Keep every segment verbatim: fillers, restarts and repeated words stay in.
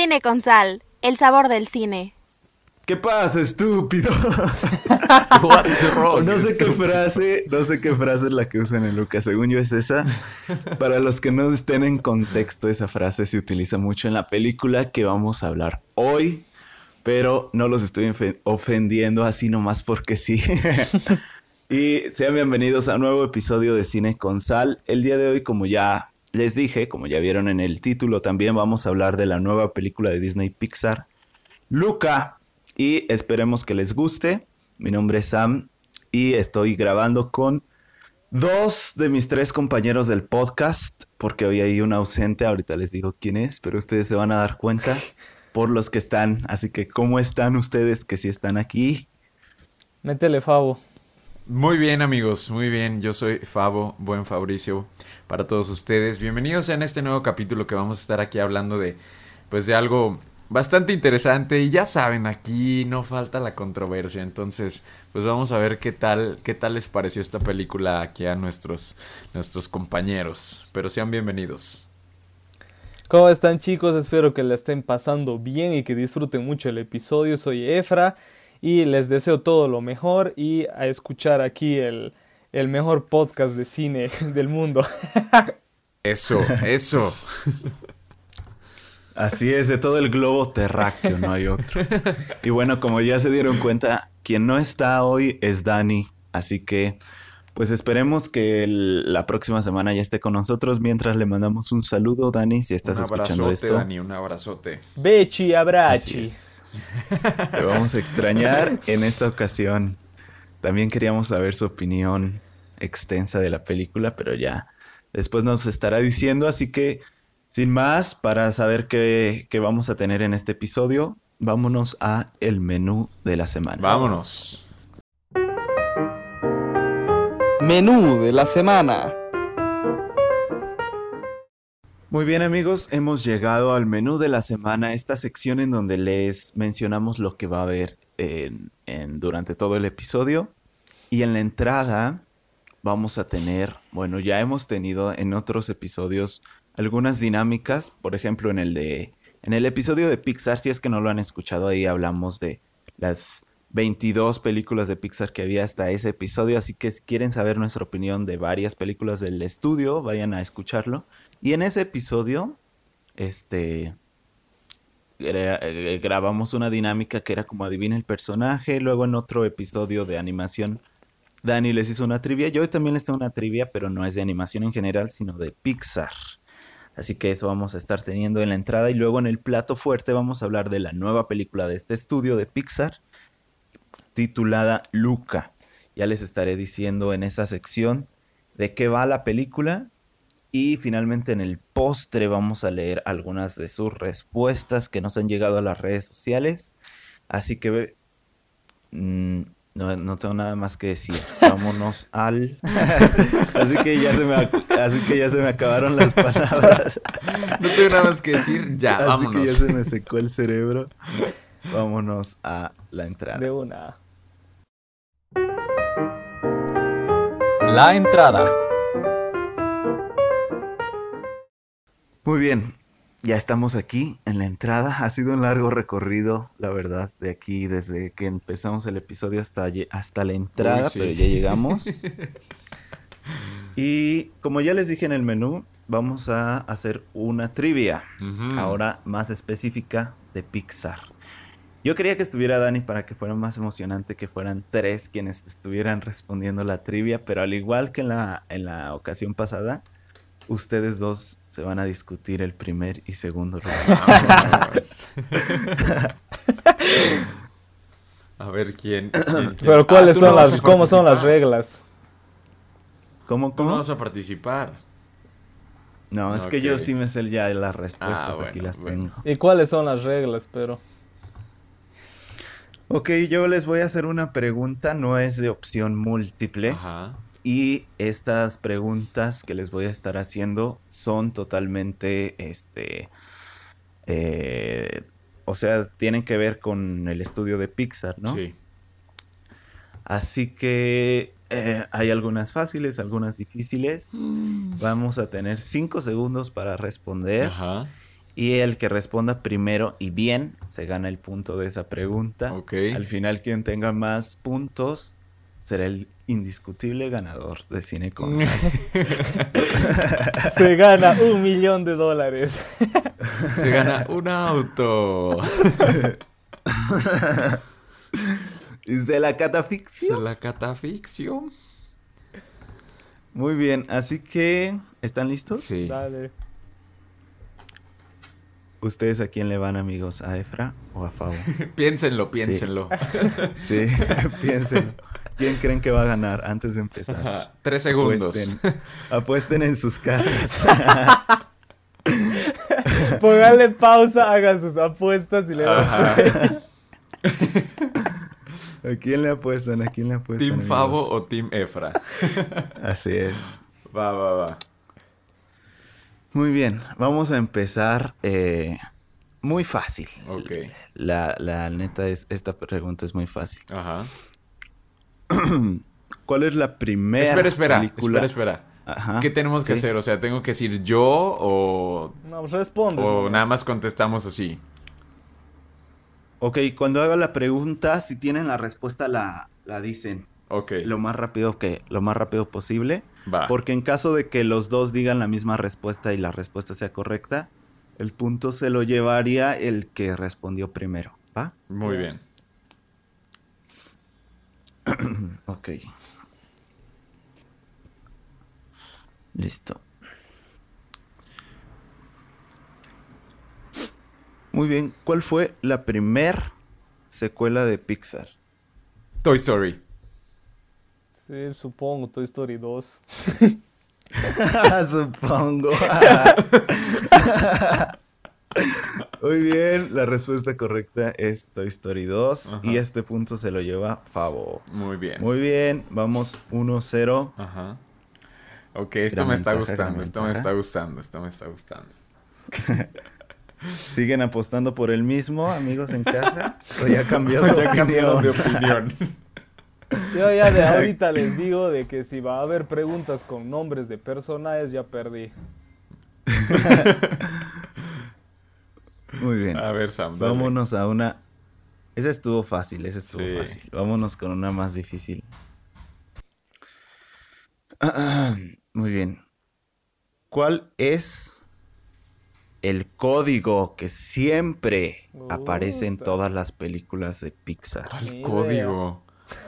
Cine con sal, el sabor del cine. ¿Qué pasa, estúpido? What's wrong, no sé estúpido? qué frase, no sé qué frase es la que usan en Lucas. Según yo es esa. Para los que no estén en contexto, esa frase se utiliza mucho en la película que vamos a hablar hoy. Pero no los estoy ofendiendo así nomás porque sí. Y sean bienvenidos a un nuevo episodio de Cine con Sal. El día de hoy, como ya les dije, como ya vieron en el título, también vamos a hablar de la nueva película de Disney Pixar, Luca. Y esperemos que les guste. Mi nombre es Sam y estoy grabando con dos de mis tres compañeros del podcast, porque hoy hay un ausente. Ahorita les digo quién es, pero ustedes se van a dar cuenta por los que están. Así que, ¿cómo están ustedes que sí están aquí? Métele, Fabo. Muy bien, amigos, muy bien. Yo soy Fabo, buen Fabricio, para todos ustedes. Bienvenidos en este nuevo capítulo que vamos a estar aquí hablando de, pues, de algo bastante interesante. Y ya saben, aquí no falta la controversia. Entonces, pues vamos a ver qué tal, qué tal les pareció esta película aquí a nuestros, nuestros compañeros. Pero sean bienvenidos. ¿Cómo están, chicos? Espero que la estén pasando bien y que disfruten mucho el episodio. Soy Efra y les deseo todo lo mejor y a escuchar aquí el, el mejor podcast de cine del mundo. Eso, eso. Así es, de todo el globo terráqueo, no hay otro. Y bueno, como ya se dieron cuenta, quien no está hoy es Dani. Así que, pues esperemos que el, la próxima semana ya esté con nosotros. Mientras le mandamos un saludo, Dani, si estás un escuchando abrazote, esto. Dani, un abrazote. Bechi, abrachi. Te vamos a extrañar en esta ocasión. También queríamos saber su opinión extensa de la película, pero ya después nos estará diciendo. Así que, sin más, para saber qué, qué vamos a tener en este episodio, vámonos a el menú de la semana. Vámonos. Menú de la semana. Muy bien, amigos, hemos llegado al menú de la semana, esta sección en donde les mencionamos lo que va a haber en, en, durante todo el episodio. Y en la entrada vamos a tener, bueno, ya hemos tenido en otros episodios algunas dinámicas. Por ejemplo, en el de en el episodio de Pixar, si es que no lo han escuchado, ahí hablamos de las veintidós películas de Pixar que había hasta ese episodio. Así que si quieren saber nuestra opinión de varias películas del estudio, vayan a escucharlo. Y en ese episodio, este, gra- eh, grabamos una dinámica que era como adivina el personaje. Luego en otro episodio de animación, Dani les hizo una trivia. Yo también les tengo una trivia, pero no es de animación en general, sino de Pixar. Así que eso vamos a estar teniendo en la entrada. Y luego en el plato fuerte vamos a hablar de la nueva película de este estudio de Pixar, titulada Luca. Ya les estaré diciendo en esta sección de qué va la película. Y finalmente en el postre vamos a leer algunas de sus respuestas que nos han llegado a las redes sociales. Así que mmm, no, no tengo nada más que decir. Vámonos al... así, que ya se me, así que ya se me acabaron las palabras. No tengo nada más que decir, ya, así vámonos. que ya se me secó el cerebro. Vámonos a la entrada. De una. La entrada. Muy bien, ya estamos aquí en la entrada. Ha sido un largo recorrido, la verdad, de aquí desde que empezamos el episodio hasta, lle- hasta la entrada, Uy, sí. pero ya llegamos. Y como ya les dije en el menú, vamos a hacer una trivia, Ujú. ahora más específica de Pixar. Yo quería que estuviera Dani para que fuera más emocionante, que fueran tres quienes estuvieran respondiendo la trivia, pero al igual que en la, en la ocasión pasada, ustedes dos se van a discutir el primer y segundo round. Vámonos. A ver quién. quién, quién? Pero ¿cuáles Ah, tú son no vas las, a cómo son las participar. reglas? ¿Cómo, Tú no cómo? vas a participar. No, es Ok. que yo sí me sé ya las respuestas, Ah, aquí bueno, las bueno. tengo. ¿Y cuáles son las reglas, pero? Ok, yo les voy a hacer una pregunta, no es de opción múltiple. Ajá. Y estas preguntas que les voy a estar haciendo son totalmente, este, eh, o sea, tienen que ver con el estudio de Pixar, ¿no? Sí. Así que eh, hay algunas fáciles, algunas difíciles. Vamos a tener cinco segundos para responder. Ajá. Y el que responda primero y bien se gana el punto de esa pregunta. Ok. Al final, quien tenga más puntos será el indiscutible ganador de Cine con Sal. Se gana un millón de dólares. Se gana un auto. ¿De la Se catafixia? la catafixio. Muy bien, así que... ¿Están listos? Sí. Dale. ¿Ustedes a quién le van, amigos? ¿A Efra o a Fabo? Piénsenlo, piénsenlo. Sí, piensen. ¿Quién creen que va a ganar antes de empezar? Ajá, Tres segundos. Apuesten, apuesten en sus casas. Póngale pausa, hagan sus apuestas y le dan Ajá. ¿A quién le apuestan? ¿A quién le apuestan? ¿Team Fabo amigos? o Team Efra? Así es. Va, va, va. Muy bien, vamos a empezar eh, muy fácil. Ok. La, la neta es, esta pregunta es muy fácil. Ajá. ¿Cuál es la primera Espera, espera, película? espera, espera. Ajá, ¿Qué tenemos que sí. hacer? O sea, ¿tengo que decir yo o, No, pues respondes. o nomás. nada más contestamos así? Ok, cuando haga la pregunta, si tienen la respuesta, la, la dicen Ok, lo más rápido que lo más rápido posible. va. Porque en caso de que los dos digan la misma respuesta y la respuesta sea correcta, el punto se lo llevaría el que respondió primero, ¿va? Muy bien. Ok. Listo. Muy bien. ¿Cuál fue la primer secuela de Pixar? Toy Story. Sí, supongo, Toy Story dos. Supongo. Muy bien. La respuesta correcta es Toy Story dos. Ajá. Y este punto se lo lleva Fabo. Muy bien. Muy bien. Vamos uno cero. Ajá. Ok, esto Gran me está ventaja, gran gustando, esto me ventaja. está gustando, esto me está gustando. ¿Siguen apostando por el mismo, amigos en casa? ¿O ya cambió su Ya cambiaron de opinión? opinión. Yo ya de ahorita les digo de que si va a haber preguntas con nombres de personajes, ya perdí. Muy bien. A ver, Sam, dale. Vámonos a una... Esa estuvo fácil, esa estuvo Sí. fácil. Vámonos con una más difícil. Muy bien. ¿Cuál es el código que siempre aparece en Puta. todas las películas de Pixar? ¿Cuál Ni código?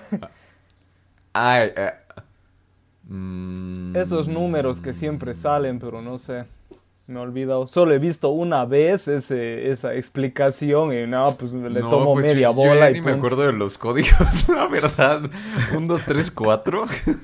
Ay, eh, mm, Esos números que siempre salen, pero no sé. Me he olvidado. Solo he visto una vez ese, esa explicación y no, pues le no, tomo pues media yo- yo bola ya y ni me punto. acuerdo de los códigos, la verdad. Un, dos, tres, cuatro.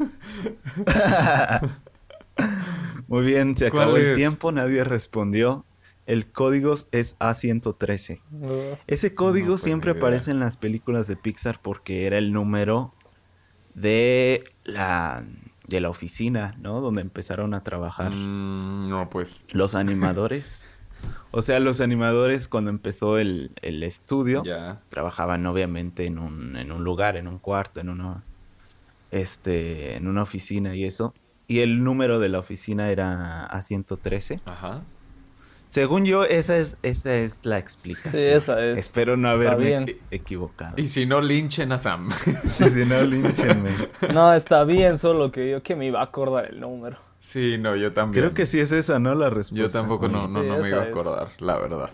Muy bien, se ¿Cuál acabó el es? tiempo, nadie respondió. El código es A ciento trece. Uh, Ese código No, pues, siempre ni idea. aparece en las películas de Pixar porque era el número de la, de la oficina, ¿no? Donde empezaron a trabajar Mm, no, pues. los animadores. O sea, los animadores cuando empezó el, el estudio Ya. trabajaban obviamente en un, en un lugar, en un cuarto, en una, este, en una oficina y eso. Y el número de la oficina era A ciento trece. Ajá. Según yo, esa es, esa es la explicación. Sí, esa es. Espero no haberme bien. ex- equivocado. Y si no, linchen a Sam. Si no, línchenme. No, está bien, solo que yo que me iba a acordar el número. Sí, no, yo también. Creo que sí es esa, ¿no? La respuesta. Yo tampoco no, no, Sí, no me esa iba a es. acordar, la verdad.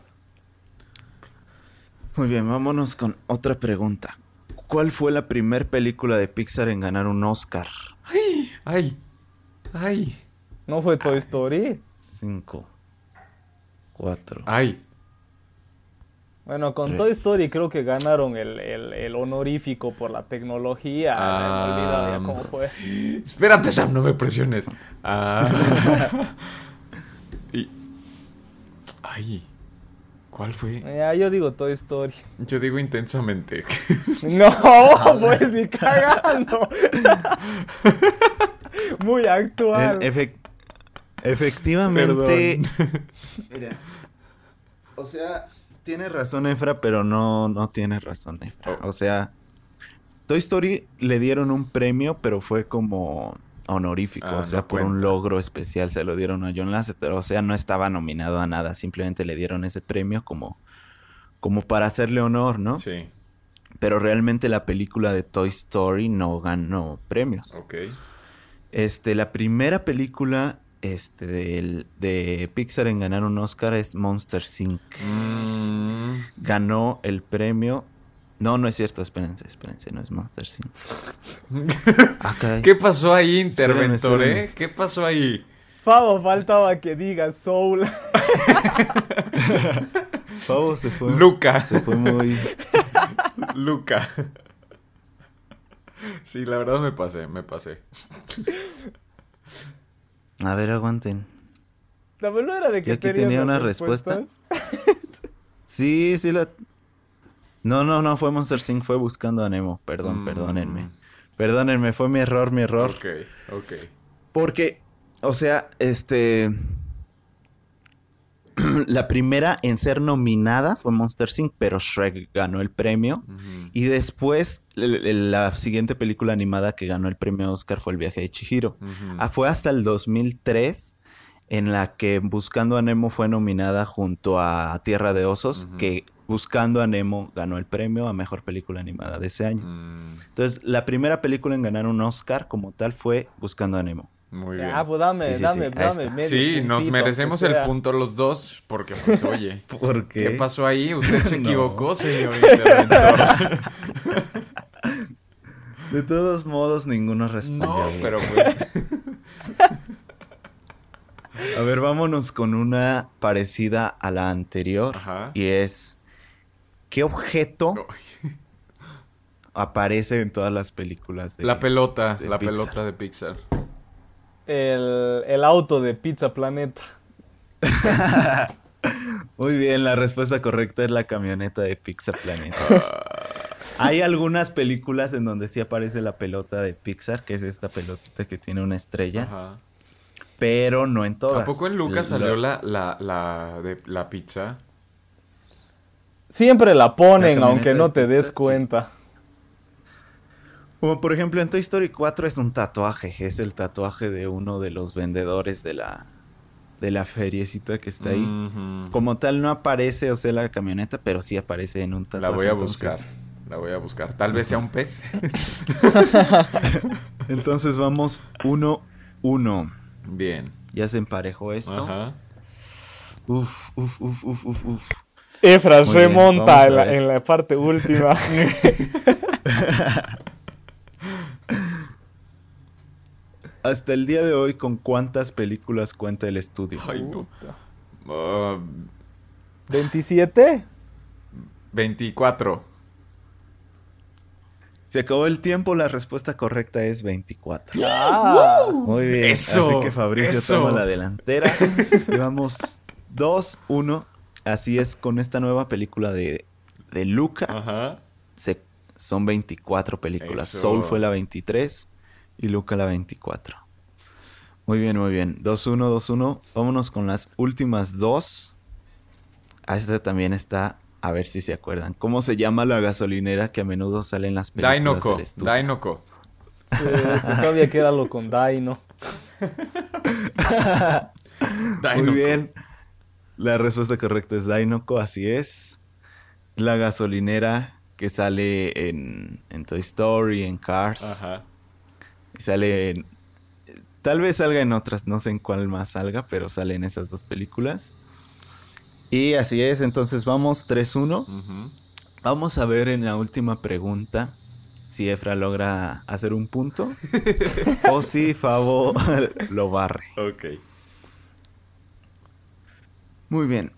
Muy bien, vámonos con otra pregunta. ¿Cuál fue la primer película de Pixar en ganar un Oscar? Ay, ay, ¿No fue Toy Story? Cinco. Cuatro. ay. Bueno, con Tres. Toy Story creo que ganaron el, el, el honorífico por la tecnología. Ah, Me he olvidado ya cómo fue. Espérate, Sam, no me presiones. Ah. y... Ay, ¿cuál fue? Ya, yo digo Toy Story. Yo digo intensamente. No, pues ni cagando. Muy actual. En efec- efectivamente. Mira. O sea, tiene razón Efra, pero no, no tiene razón Efra. Oh. O sea, Toy Story le dieron un premio, pero fue como... honorífico, Ah, o sea, no por un cuenta. logro especial se lo dieron a John Lasseter, o sea, no estaba nominado a nada, simplemente le dieron ese premio como, como para hacerle honor, ¿no? Sí, Pero realmente la película de Toy Story no ganó premios. ok. Este, la primera película este, del- de Pixar en ganar un Oscar es Monster inc. Mm, Ganó el premio. No, no es cierto, espérense, espérense, no es Monster inc. Ah, caray. ¿Qué pasó ahí, interventor, Espérame, eh? ¿Qué pasó ahí? Favo, faltaba que diga Soul. Pavo se fue. Luca. Se fue muy. Luca. Sí, la verdad me pasé, me pasé. A ver, aguanten. La verdad era de que Yo aquí tenías tenía las una respuesta. respuestas. Sí, sí la. No, no, no fue Monster inc, fue Buscando a Nemo. Perdón, Mm. perdónenme. Perdónenme, fue mi error, mi error. Ok, ok. Porque, o sea, este. La primera en ser nominada fue Monster inc, pero Shrek ganó el premio. Ujú. Y después, l- l- la siguiente película animada que ganó el premio Oscar fue El viaje de Chihiro. Ujú. Ah, fue hasta el dos mil tres en la que Buscando a Nemo fue nominada junto a Tierra de Osos, Ujú. que Buscando a Nemo ganó el premio a mejor película animada de ese año. Mm, Entonces, la primera película en ganar un Oscar como tal fue Buscando a Nemo. muy bien. Ah, pues dame, Sí, sí, dame, sí, ahí dame está. medio Sí, nos puntito, merecemos aunque el sea. punto los dos, porque pues oye, ¿Por qué? ¿qué pasó ahí? Usted se No. equivocó, señor interventor. De todos modos, ninguno respondió No, bien. pero pues... A ver, vámonos con una parecida a la anterior. Ajá. Y es... ¿Qué objeto No. aparece en todas las películas de... La pelota, de la Pixar? pelota de Pixar. El, el auto de Pizza Planeta. Muy bien, la respuesta correcta es la camioneta de Pixar Planet. Ah. Hay algunas películas en donde sí aparece la pelota de Pixar, que es esta pelotita que tiene una estrella, Ajá. pero no en todas. ¿A poco en Lucas Lo- salió la, la, la, de, la pizza? Siempre la ponen, La aunque camioneta no de te des Pizza, sí. cuenta. Como por ejemplo en Toy Story cuatro es un tatuaje, es el tatuaje de uno de los vendedores de la, de la feriecita que está ahí. Ujú. Como tal no aparece, o sea, la camioneta, pero sí aparece en un tatuaje. La voy a entonces- buscar. La voy a buscar. Tal vez sea un pez. Entonces vamos uno, uno. Bien. Ya se emparejó esto. Ajá. Uf, uf, uf, uf, uf, uf. Efra Muy bien, remonta vamos a en la, ver. en la parte última. Hasta el día de hoy, ¿con cuántas películas cuenta el estudio? Ay, no. Ah, ¿veintisiete? veinticuatro. Se acabó el tiempo, la respuesta correcta es veinticuatro. Ah, Muy bien. Eso, Así que Fabricio eso. toma la delantera. Llevamos dos uno. Así es, con esta nueva película de, de Luca, Ajá. se, son veinticuatro películas. Eso. Soul fue la veintitrés y Luca la veinticuatro. Muy bien, muy bien. dos uno, dos uno. Vámonos con las últimas dos. Ah, esta también está, a ver si se acuerdan. ¿Cómo se llama la gasolinera que a menudo sale en las películas Dainoco. del estudio? Dainoco. sí, se sabía que era lo con Daino. Dainoco. Muy bien. La respuesta correcta es Dainoco, así es. La gasolinera que sale en, en Toy Story, en Cars. Ajá. Y sale en... Tal vez salga en otras, no sé en cuál más salga, pero sale en esas dos películas. Y así es, entonces vamos tres uno. Ujú. Vamos a ver en la última pregunta si Efra logra hacer un punto o si Favo lo barre. Ok. Muy bien.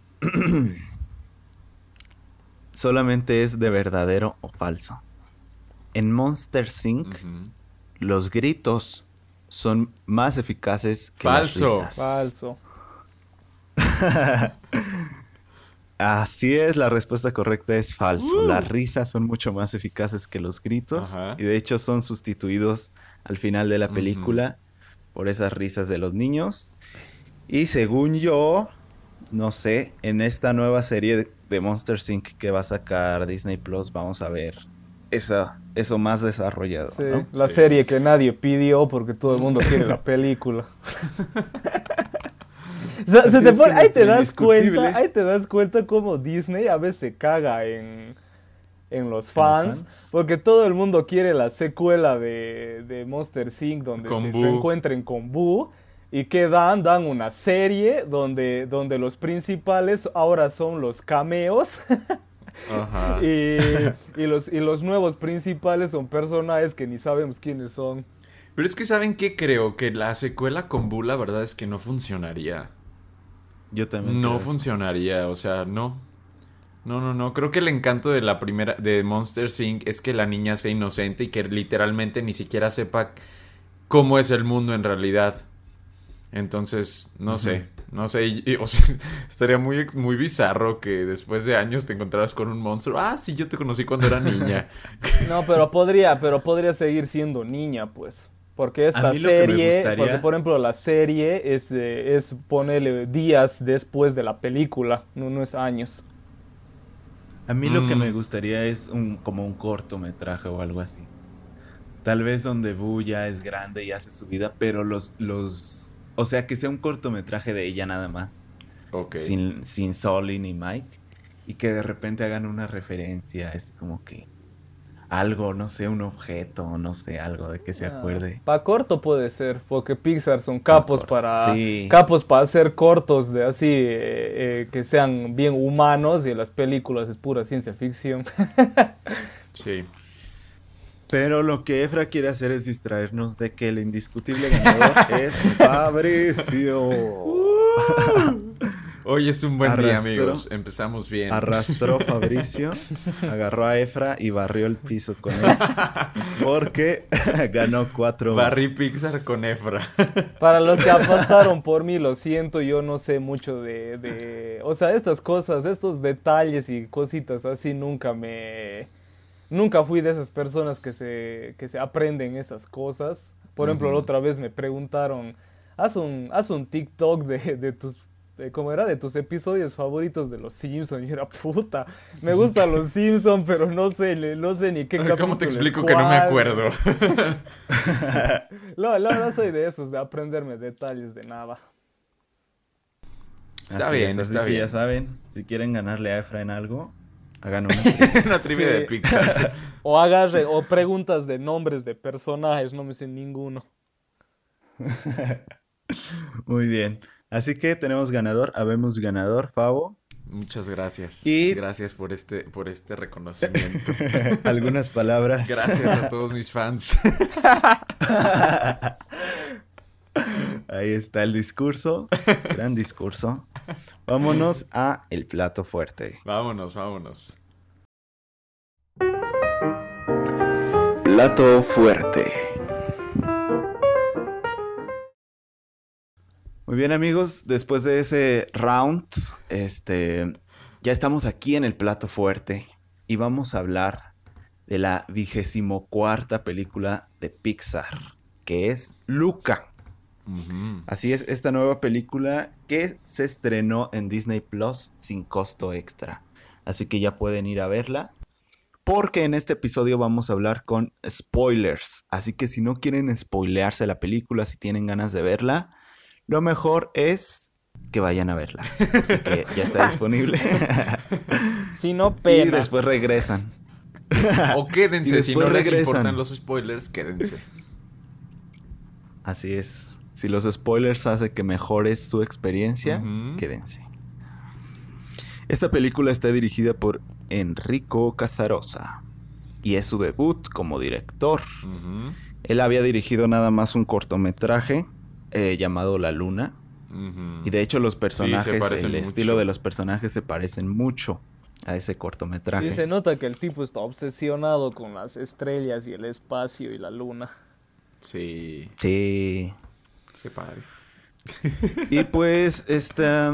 Solamente es de verdadero o falso. En Monster inc, Ujú. los gritos son más eficaces que Falso. las risas. Falso. Así es, la respuesta correcta es falso. Las risas son mucho más eficaces que los gritos. Ajá. Y de hecho son sustituidos al final de la Ujú. película por esas risas de los niños. Y según yo, no sé, en esta nueva serie de, de Monster inc que va a sacar Disney Plus, vamos a ver esa, eso más desarrollado, Sí, ¿no? la Sí. serie que nadie pidió porque todo el mundo quiere la película. O sea, Así se te es pone- que ahí te nuestro das cuenta, indiscutible- ahí te das cuenta cómo Disney a veces se caga en, en los fans, fans? porque todo el mundo quiere la secuela de, de Monster inc donde Con se Boo. reencuentren con Boo. ¿Y qué dan? Dan una serie donde, donde los principales ahora son los cameos Ajá. y, y los, y los nuevos principales son personajes que ni sabemos quiénes son. Pero es que ¿saben qué? Creo que la secuela con Boo, la verdad es que no funcionaría. Yo también creo No eso. funcionaría, o sea, no. No, no, no. Creo que el encanto de la primera, de Monster inc es que la niña sea inocente y que literalmente ni siquiera sepa cómo es el mundo en realidad. Entonces, no sé, no sé, y- y, o sea, estaría muy, ex- muy bizarro que después de años te encontraras con un monstruo. Ah, sí, yo te conocí cuando era niña. No, pero podría, pero podría seguir siendo niña, pues. Porque esta A mí lo que me serie, gustaría- porque por ejemplo la serie es, eh, es ponerle días después de la película, no, no es años. A mí lo que Mm. me gustaría es un como un cortometraje o algo así. Tal vez donde Boo ya es grande y hace su vida, pero los, los... O sea, que sea un cortometraje de ella nada más. Ok. Sin, sin Sully ni Mike. Y que de repente hagan una referencia, es como que... Algo, no sé, un objeto, no sé, algo de que se acuerde. Para corto puede ser, porque Pixar son capos corto, para sí. capos para hacer cortos de así eh, eh, que sean bien humanos y las películas es pura ciencia ficción. Sí. Pero lo que Efra quiere hacer es distraernos de que el indiscutible ganador es Fabricio. Hoy es un buen día, Arrastró. amigos. Empezamos bien. Arrastró Fabricio, agarró a Efra y barrió el piso con él. Porque ganó cuatro. Barry Pixar con Efra. Para los que apostaron por mí, lo siento, yo no sé mucho de, de... O sea, estas cosas, estos detalles y cositas así nunca me... Nunca fui de esas personas que se, que se aprenden esas cosas. Por ejemplo, la otra vez me preguntaron, haz un, haz un TikTok de, de tus... de- ¿Cómo era? De tus episodios favoritos de Los Simpsons. Y era puta, me gustan Los Simpsons, pero no sé, le- no sé ni qué capítulo ¿Cómo te es explico que no me cuál. acuerdo? No, no, no soy de esos, de aprenderme detalles de nada. Está Así bien, es, así está que bien. ya saben, si quieren ganarle a Efra en algo, hagan una trivia. Una trivia Sí. de Pixar. O agarre, o preguntas de nombres de personajes, no me sé ninguno. Muy bien. Así que tenemos ganador, habemos ganador, Favo. Muchas gracias. Y- Gracias por este, por este reconocimiento. Algunas palabras. Gracias a todos mis fans. Ahí está el discurso, gran discurso. Vámonos a el plato fuerte. Vámonos, vámonos. Plato fuerte. Muy bien, amigos, después de ese round, este, ya estamos aquí en el plato fuerte y vamos a hablar de la vigésimo cuarta película de Pixar, que es Luca. Ujú. Así es, esta nueva película que se estrenó en Disney Plus sin costo extra. Así que ya pueden ir a verla. Porque en este episodio vamos a hablar con spoilers. Así que si no quieren spoilearse la película, si tienen ganas de verla, lo mejor es que vayan a verla. Así que ya está disponible. Si no, Y pena. después regresan. O quédense, Y si no después les regresan. importan los spoilers, quédense. Así es. Si los spoilers hacen que mejores su experiencia, Ujú. quédense. Esta película está dirigida por Enrico Casarosa y es su debut como director. Ujú, Él había dirigido nada más un cortometraje eh, llamado La Luna. ujú. Y de hecho los personajes, parecen el mucho. estilo de los personajes se parecen mucho a ese cortometraje. Sí, se nota que el tipo está obsesionado con las estrellas y el espacio y la luna. Sí, Sí. qué padre. Y pues, esta...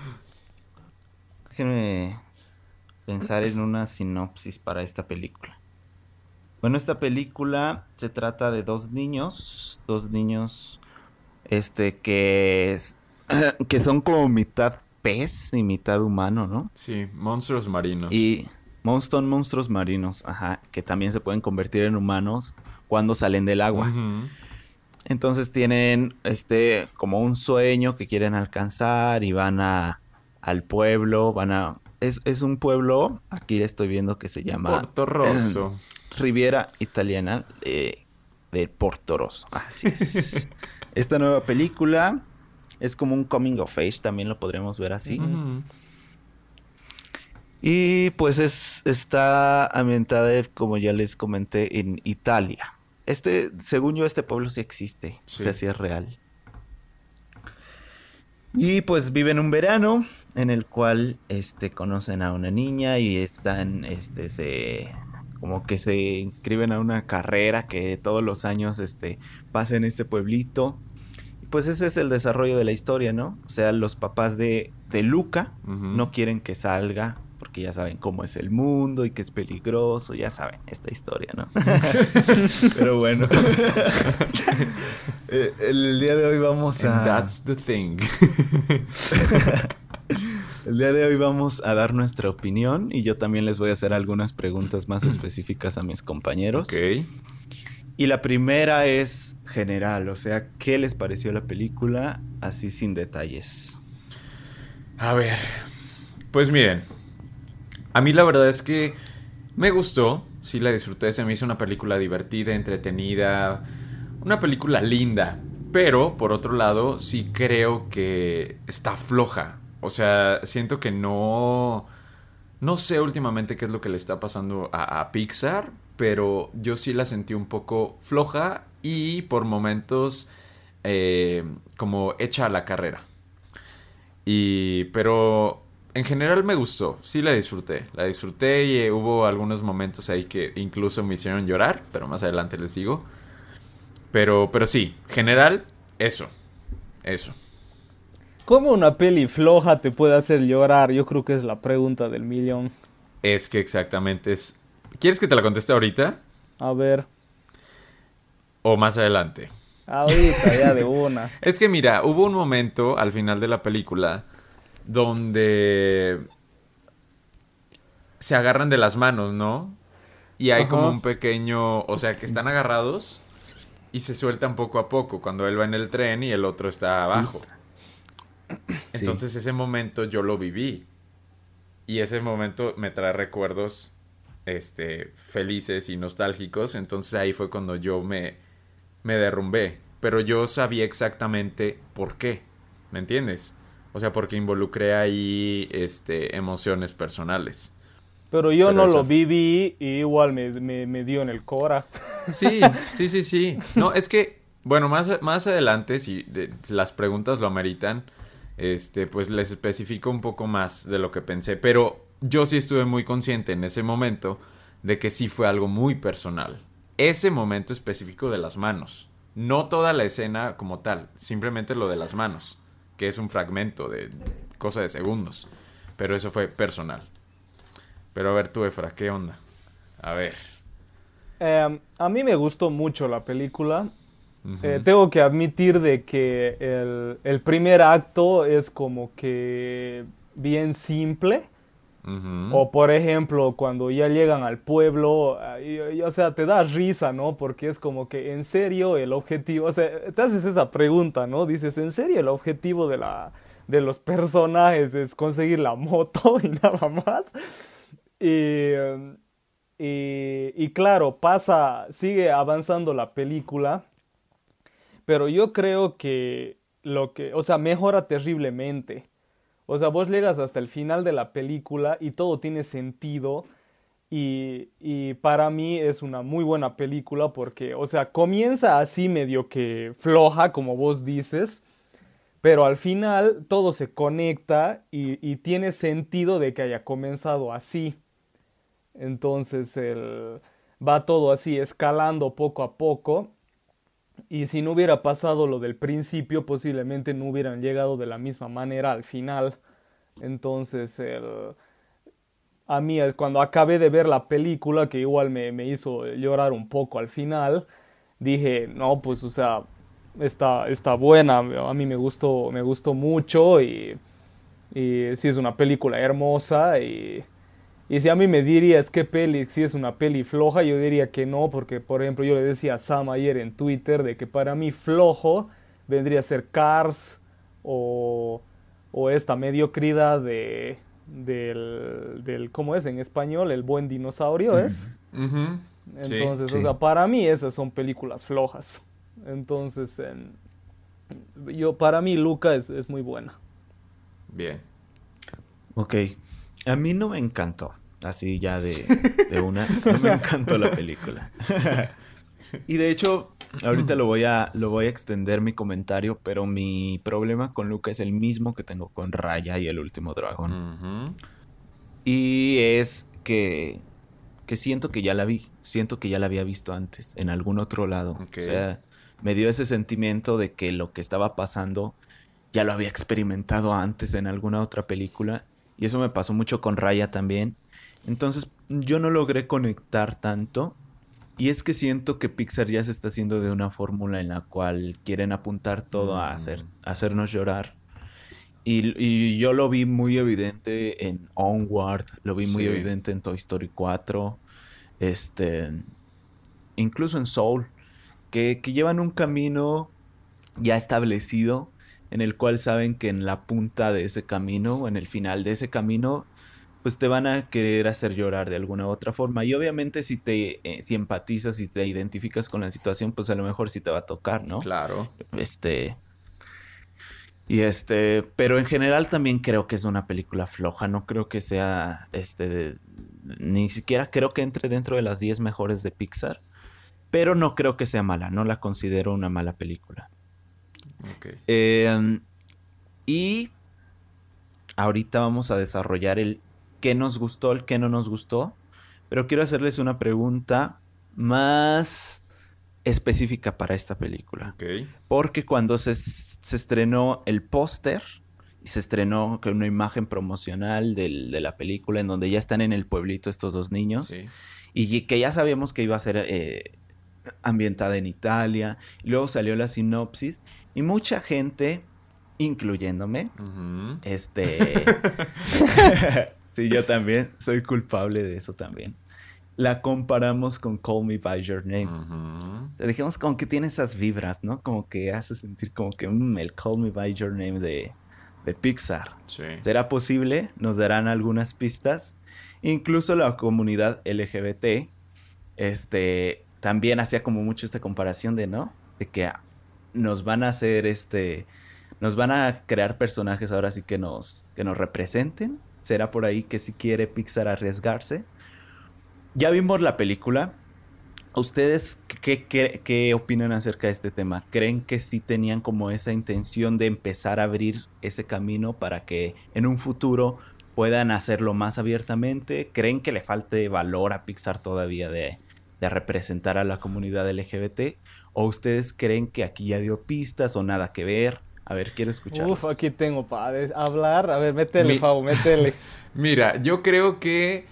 Déjenme pensar en una sinopsis para esta película. Bueno, esta película se trata de dos niños, dos niños, este, que, es- que son como mitad pez y mitad humano, ¿no? Sí, monstruos marinos. Y Son monstruos marinos, ajá, que también se pueden convertir en humanos cuando salen del agua. Ujú. Entonces tienen este como un sueño que quieren alcanzar y van a al pueblo, van a es, es un pueblo, aquí estoy viendo que se llama Porto Rosso. Riviera Italiana eh, de Porto Rosso. Así es. Esta nueva película es como un coming of age, también lo podremos ver así. Ujú. Y pues es, está ambientada, como ya les comenté, en Italia. Este, según yo, este pueblo sí existe. Sí. O sea, sí es real. Y pues viven un verano en el cual este, conocen a una niña y están, este, se... como que se inscriben a una carrera que todos los años este, pasa en este pueblito. Y pues ese es el desarrollo de la historia, ¿no? O sea, los papás de, de Luca Ujú. no quieren que salga porque ya saben cómo es el mundo y que es peligroso, ya saben esta historia, ¿no? Pero bueno. Eh, el día de hoy vamos And a... that's the thing. El día de hoy vamos a dar nuestra opinión y yo también les voy a hacer algunas preguntas más específicas a mis compañeros. Ok. Y la primera es general, o sea, ¿qué les pareció la película? Así sin detalles. A ver. Pues miren. A mí la verdad es que me gustó. Sí la disfruté. Se me hizo una película divertida, entretenida. Una película linda. Pero, por otro lado, sí creo que está floja. O sea, siento que no... No sé últimamente qué es lo que le está pasando a, a Pixar, pero yo sí la sentí un poco floja y por momentos eh, como hecha a la carrera. Y, pero en general me gustó, sí la disfruté. La disfruté y eh, hubo algunos momentos ahí que incluso me hicieron llorar, pero más adelante les digo. Pero, pero sí, general, eso, eso. ¿Cómo una peli floja te puede hacer llorar? Yo creo que es la pregunta del millón. Es que exactamente es... ¿Quieres que te la conteste ahorita A ver, o más adelante? ahorita ya de una. Es que mira, hubo un momento al final de la película donde se agarran de las manos, ¿no? Y hay Ajá. como un pequeño, o sea, que están agarrados y se sueltan poco a poco cuando él va en el tren y el otro está abajo. Entonces ese momento yo lo viví y ese momento me trae recuerdos este felices y nostálgicos. Entonces ahí fue cuando yo me me derrumbé, pero yo sabía exactamente por qué, ¿me entiendes? O sea, porque involucré ahí este emociones personales. Pero yo Pero no eso- lo viví y igual me, me, me dio en el cora. Sí, sí, sí, sí. No, es que, bueno, más, más adelante, si de- las preguntas lo ameritan, este, pues les especifico un poco más de lo que pensé. Pero yo sí estuve muy consciente en ese momento de que sí fue algo muy personal. Ese momento específico de las manos. No toda la escena como tal, simplemente lo de las manos, que es un fragmento de cosa de segundos. Pero eso fue personal. Pero a ver tú, Efra, ¿qué onda? A ver. Eh, a mí me gustó mucho la película. Ujú. Eh, tengo que admitir de que el, el primer acto es como que bien simple. Ujú. O por ejemplo, cuando ya llegan al pueblo, y- y- o sea, te da risa, ¿no? Porque es como que en serio el objetivo, o sea, te haces esa pregunta, ¿no? Dices, ¿en serio el objetivo de la, de los personajes es conseguir la moto y nada más? Y, um, y, y claro, pasa, sigue avanzando la película, pero yo creo que lo que, o sea, mejora terriblemente. O sea, vos llegas hasta el final de la película y todo tiene sentido. Y, y para mí es una muy buena película porque, o sea, comienza así medio que floja, como vos dices. Pero al final todo se conecta y, y tiene sentido de que haya comenzado así. Entonces el, va todo así escalando poco a poco. Y si no hubiera pasado lo del principio, posiblemente no hubieran llegado de la misma manera al final. Entonces, el, a mí es cuando acabé de ver la película, que igual me, me hizo llorar un poco al final, dije, no, pues, o sea, está, está buena. A mí me gustó, me gustó mucho y, y sí es una película hermosa y... Y si a mí me dirías qué peli, si es una peli floja, yo diría que no, porque por ejemplo yo le decía a Sam ayer en Twitter de que para mí flojo vendría a ser Cars o, o esta mediocridad de, del, del, ¿cómo es en español? El buen dinosaurio, ¿es? Uh-huh. Entonces, Sí, o sí. sea, para mí esas son películas flojas. Entonces, en, yo, para mí Luca es, es muy buena. Bien. Ok. A mí no me encantó. Así ya de, de una. No me encantó la película. Y de hecho, ahorita lo voy a, lo voy a extender mi comentario, pero mi problema con Luca es el mismo que tengo con Raya y el último dragón. Uh-huh. Y es que, que siento que ya la vi. Siento que ya la había visto antes, en algún otro lado. Ok. O sea, me dio ese sentimiento de que lo que estaba pasando ya lo había experimentado antes en alguna otra película. Y eso me pasó mucho con Raya también. Entonces, yo no logré conectar tanto. Y es que siento que Pixar ya se está haciendo de una fórmula en la cual quieren apuntar todo a, hacer, a hacernos llorar. Y, y yo lo vi muy evidente en Onward, lo vi muy Sí. evidente en Toy Story cuatro, este, incluso en Soul, que, que llevan un camino ya establecido en el cual saben que en la punta de ese camino o en el final de ese camino pues te van a querer hacer llorar de alguna u otra forma. Y obviamente si te eh, si empatizas, si te identificas con la situación, pues a lo mejor sí te va a tocar, ¿no? Claro. Este... Y este... Pero en general también creo que es una película floja. No creo que sea... este de- Ni siquiera creo que entre dentro de las diez mejores de Pixar. Pero no creo que sea mala. No la considero una mala película. Ok. Eh, y... Ahorita vamos a desarrollar el qué nos gustó, el qué no nos gustó. Pero quiero hacerles una pregunta más específica para esta película. Ok. Porque cuando se, se estrenó el póster y se estrenó con una imagen promocional del- de la película en donde ya están en el pueblito estos dos niños Sí. y que ya sabíamos que iba a ser eh, ambientada en Italia. Y luego salió la sinopsis y mucha gente, incluyéndome, Ujú. este... sí, yo también soy culpable de eso también. La comparamos con Call Me By Your Name. Ujú. Te dijimos como que tiene esas vibras, ¿no? Como que hace sentir como que mm, el Call Me By Your Name de, de Pixar. Sí. ¿Será posible? Nos darán algunas pistas. Incluso la comunidad L G B T este, también hacía como mucho esta comparación de, ¿no? De que ah, nos van a hacer este... Nos van a crear personajes ahora sí que nos, que nos representen. ¿Será por ahí que si quiere Pixar arriesgarse? Ya vimos la película. ¿Ustedes qué, qué, qué opinan acerca de este tema? ¿Creen que sí tenían como esa intención de empezar a abrir ese camino para que en un futuro puedan hacerlo más abiertamente? ¿Creen que le falte valor a Pixar todavía de, de representar a la comunidad L G B T? ¿O ustedes creen que aquí ya dio pistas o nada que ver? A ver, quiero escucharlos. Uf, aquí tengo para hablar. A ver, métele, Mi- Fabo, métele. Mira, yo creo que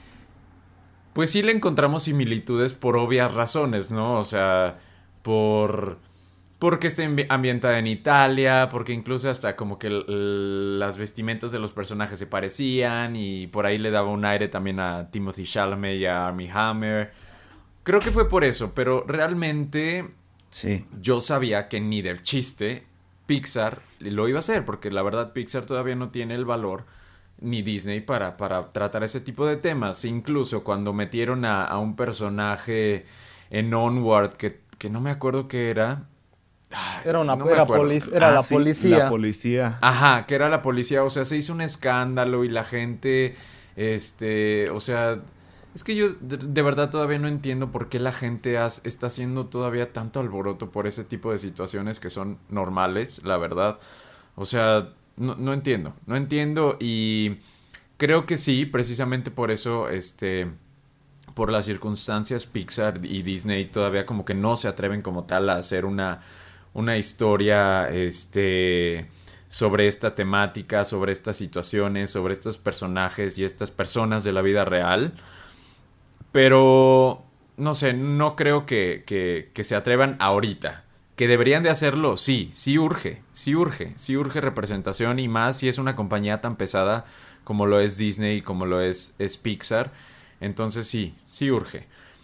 pues sí le encontramos similitudes por obvias razones, ¿no? O sea, por porque está ambi- ambientada en Italia, porque incluso hasta como que el- el- las vestimentas de los personajes se parecían y por ahí le daba un aire también a Timothy Chalamet y a Armie Hammer. Creo que fue por eso, pero realmente Sí. yo sabía que ni del chiste Pixar lo iba a hacer, porque la verdad Pixar todavía no tiene el valor ni Disney para, para tratar ese tipo de temas. Incluso cuando metieron a, a un personaje en Onward, que, que no me acuerdo qué era. Ay, Era, una, no me era, acuerdo. polic- era Ah, la sí, policía. La policía. Ajá, que era la policía, o sea, se hizo un escándalo y la gente, este, o sea, es que yo de, de verdad todavía no entiendo por qué la gente has- está haciendo todavía tanto alboroto por ese tipo de situaciones que son normales, la verdad. O sea, no, no entiendo, no entiendo y creo que sí, precisamente por eso, este, por las circunstancias, Pixar y Disney todavía como que no se atreven como tal a hacer una, una historia, este, sobre esta temática, sobre estas situaciones, sobre estos personajes y estas personas de la vida real. Pero, no sé, no creo que, que, que se atrevan ahorita. Que deberían de hacerlo, sí, sí urge, sí urge, sí urge representación y más si es una compañía tan pesada como lo es Disney, como lo es, es Pixar. Entonces sí, sí urge.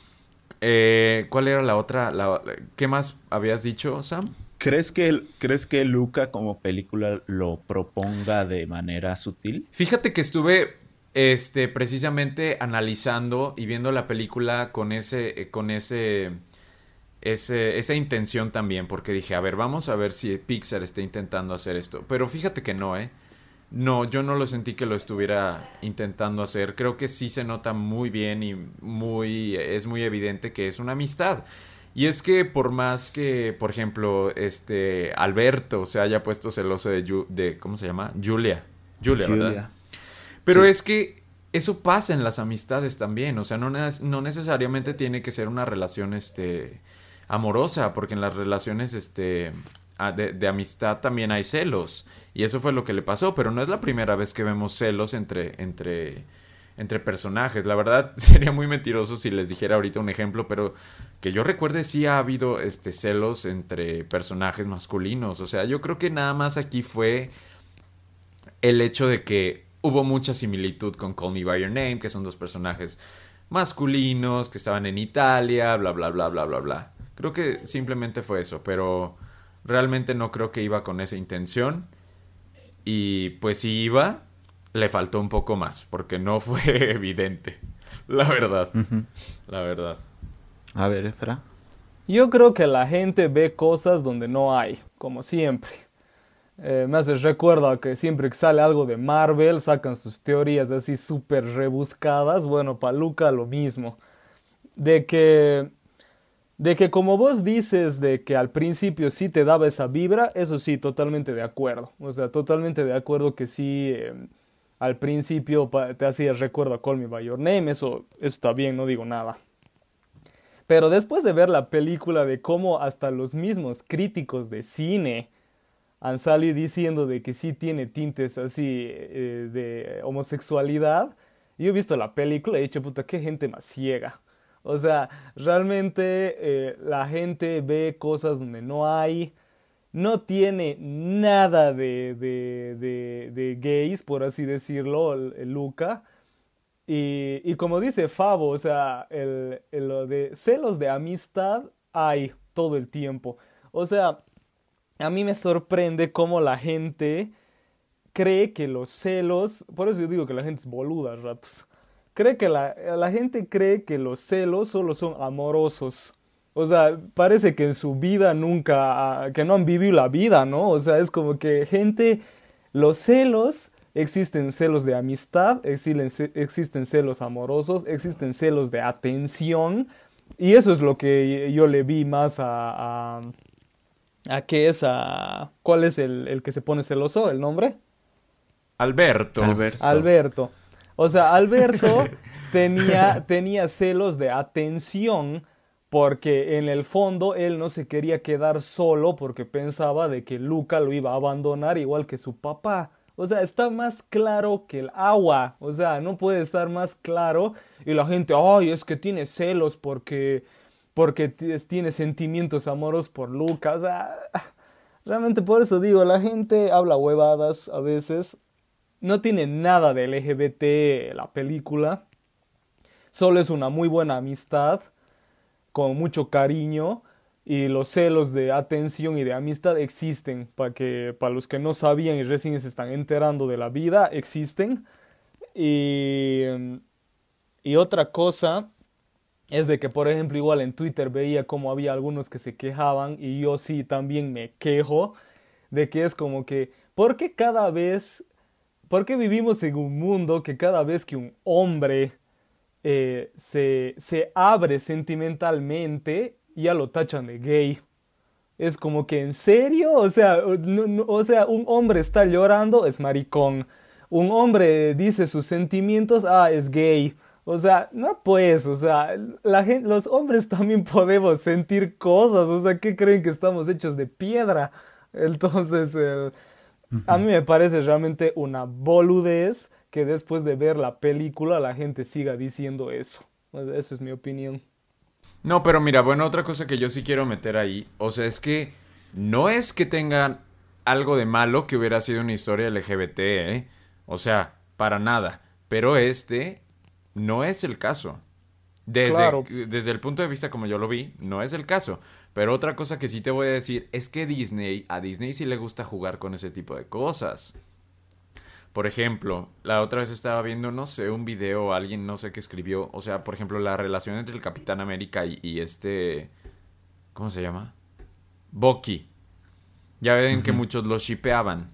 Eh, ¿cuál era la otra? La, ¿Qué más habías dicho, Sam? ¿Crees que, ¿Crees que Luca como película lo proponga de manera sutil? Fíjate que estuve este, precisamente analizando y viendo la película con ese, con ese, ese, esa intención también, porque dije, a ver, vamos a ver si Pixar está intentando hacer esto. Pero fíjate que no, ¿eh? No, yo no lo sentí que lo estuviera intentando hacer. Creo que sí se nota muy bien y muy, es muy evidente que es una amistad. Y es que por más que, por ejemplo, este Alberto se haya puesto celoso de, Ju- de ¿cómo se llama? Julia. Julia, ¿verdad? Julia. Pero Sí. es que eso pasa en las amistades también. O sea, no, ne- no necesariamente tiene que ser una relación este, amorosa, porque en las relaciones este, a- de, de amistad también hay celos. Y eso fue lo que le pasó, pero no es la primera vez que vemos celos entre, entre, entre personajes. La verdad, sería muy mentiroso si les dijera ahorita un ejemplo, pero que yo recuerde sí ha habido este, celos entre personajes masculinos. O sea, yo creo que nada más aquí fue el hecho de que hubo mucha similitud con Call Me By Your Name, que son dos personajes masculinos que estaban en Italia, bla, bla, bla, bla, bla, bla. Creo que simplemente fue eso, pero realmente no creo que iba con esa intención. Y pues si iba, le faltó un poco más, porque no fue evidente. La verdad, Ujú. la verdad. A ver, Efra. Yo creo que la gente ve cosas donde no hay, como siempre. Eh, me hace recuerdo a que siempre que sale algo de Marvel sacan sus teorías así súper rebuscadas. Bueno, para Luca lo mismo. De que, de que como vos dices de que al principio sí te daba esa vibra, eso sí, totalmente de acuerdo. O sea, totalmente de acuerdo que sí, eh, al principio pa- te hacías recuerdo a Call Me By Your Name, eso, eso está bien, no digo nada. Pero después de ver la película de cómo hasta los mismos críticos de cine han salido diciendo de que sí tiene tintes así eh, de homosexualidad, yo he visto la película y he dicho, puta, qué gente más ciega. O sea, realmente eh, la gente ve cosas donde no hay, no tiene nada de, de, de, de gays, por así decirlo, el, el Luca. Y, y como dice Fabo, o sea, el, el- lo de celos de amistad hay todo el tiempo. O sea, a mí me sorprende cómo la gente cree que los celos, por eso yo digo que la gente es boluda a ratos, cree que la, la gente cree que los celos solo son amorosos. O sea, parece que en su vida nunca, ah, que no han vivido la vida, ¿no? O sea, es como que gente, los celos, existen celos de amistad, existen, ce- existen celos amorosos, existen celos de atención, y eso es lo que yo le vi más a, a, a qué es a, ¿cuál es el, el que se pone celoso, el nombre? Alberto. Alberto. Alberto. O sea, Alberto tenía, tenía celos de atención porque en el fondo él no se quería quedar solo porque pensaba de que Luca lo iba a abandonar igual que su papá. O sea, está más claro que el agua. O sea, no puede estar más claro. Y la gente, ay, es que tiene celos porque, porque t- tiene sentimientos amorosos por Luca. O sea, realmente por eso digo, la gente habla huevadas a veces. No tiene nada de L G B T la película. Solo es una muy buena amistad, con mucho cariño. Y los celos de atención y de amistad existen. Para que, para los que no sabían y recién se están enterando de la vida, existen. Y, y otra cosa es de que, por ejemplo, igual en Twitter veía como había algunos que se quejaban. Y yo sí también me quejo. De que es como que, ¿por qué cada vez... ¿Por qué vivimos en un mundo que cada vez que un hombre eh, se, se abre sentimentalmente, ya lo tachan de gay? Es como que, ¿en serio? O sea, no- no- o sea, un hombre está llorando, es maricón. Un hombre dice sus sentimientos, ah, es gay. O sea, no pues, o sea, la gen- los hombres también podemos sentir cosas. O sea, ¿qué creen que estamos hechos de piedra? Entonces, eh, a mí me parece realmente una boludez que después de ver la película la gente siga diciendo eso. Esa es mi opinión. No, pero mira, bueno, otra cosa que yo sí quiero meter ahí, o sea, es que no es que tengan algo de malo que hubiera sido una historia L G B T, ¿eh? O sea, para nada. Pero este no es el caso. Desde, Claro. desde el punto de vista como yo lo vi, no es el caso. Pero otra cosa que sí te voy a decir es que Disney, a Disney sí le gusta jugar con ese tipo de cosas. Por ejemplo, la otra vez estaba viendo, no sé, un video, alguien no sé qué escribió. O sea, por ejemplo, la relación entre el Capitán América y, y este... ¿Cómo se llama? Bucky. Ya ven que Ujú. muchos lo shippeaban.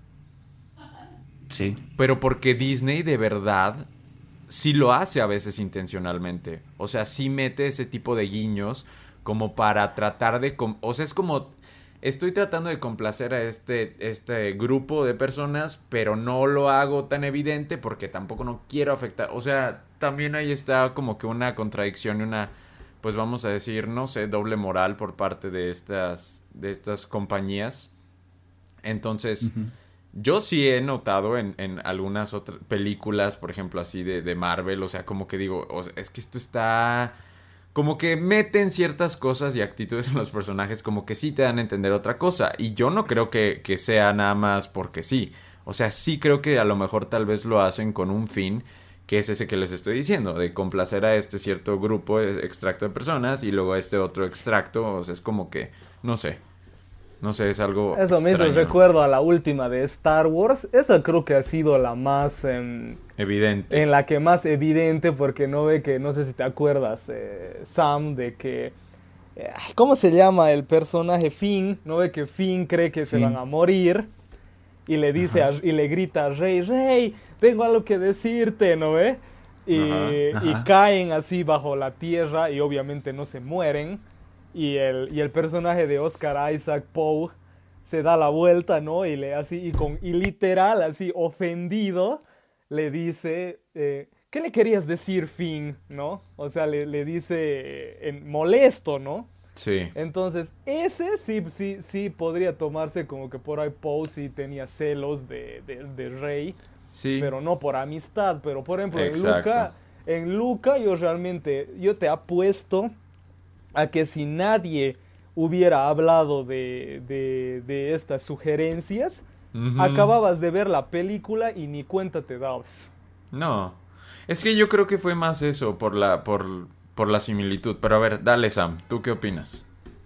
Sí. Pero porque Disney de verdad sí lo hace a veces intencionalmente. O sea, sí mete ese tipo de guiños como para tratar de... com- O sea, es como... Estoy tratando de complacer a este, este grupo de personas, pero no lo hago tan evidente porque tampoco no quiero afectar. O sea, también ahí está como que una contradicción y una, pues vamos a decir, no sé, doble moral por parte de estas, de estas compañías. Entonces, Ujú. yo sí he notado en, en algunas otras películas, por ejemplo, así de, de Marvel, o sea, como que digo, o sea, es que esto está... Como que meten ciertas cosas y actitudes en los personajes como que sí te dan a entender otra cosa. Y yo no creo que, que sea nada más porque sí. O sea, sí creo que a lo mejor tal vez lo hacen con un fin, que es ese que les estoy diciendo, de complacer a este cierto grupo, eh, extracto de personas, y luego a este otro extracto. O sea, es como que, no sé, no sé, es algo Eso me hizo extraño, recuerdo a la última de Star Wars. Esa creo que ha sido la más... em, evidente. en la que más evidente, porque no ve que, no sé si te acuerdas, eh, Sam, de que... eh, ¿Cómo se llama el personaje Finn? ¿No ve que Finn cree que se van Finn. a morir? Y le dice a- Ajá. y le grita a Rey, Rey, tengo algo que decirte, ¿no ve? Y, Ajá. y Ajá. caen así bajo la tierra y obviamente no se mueren. Y el, y el personaje de Oscar Isaac Poe se da la vuelta, ¿no? Y le así, y con, y literal, así, ofendido, le dice, eh, ¿qué le querías decir, Finn? ¿No? O sea, le, le dice eh, en, molesto, ¿no? Sí. Entonces, ese sí, sí, sí podría tomarse como que por ahí Poe sí tenía celos de, de, de Rey, Sí. pero no por amistad. Pero por ejemplo, en Exacto. Luca, en Luca yo realmente, yo te apuesto a que si nadie hubiera hablado de, de, de estas sugerencias, Ujú. acababas de ver la película y ni cuenta te dabas. No, es que yo creo que fue más eso por la por por la similitud. Pero a ver, dale Sam, ¿tú qué opinas?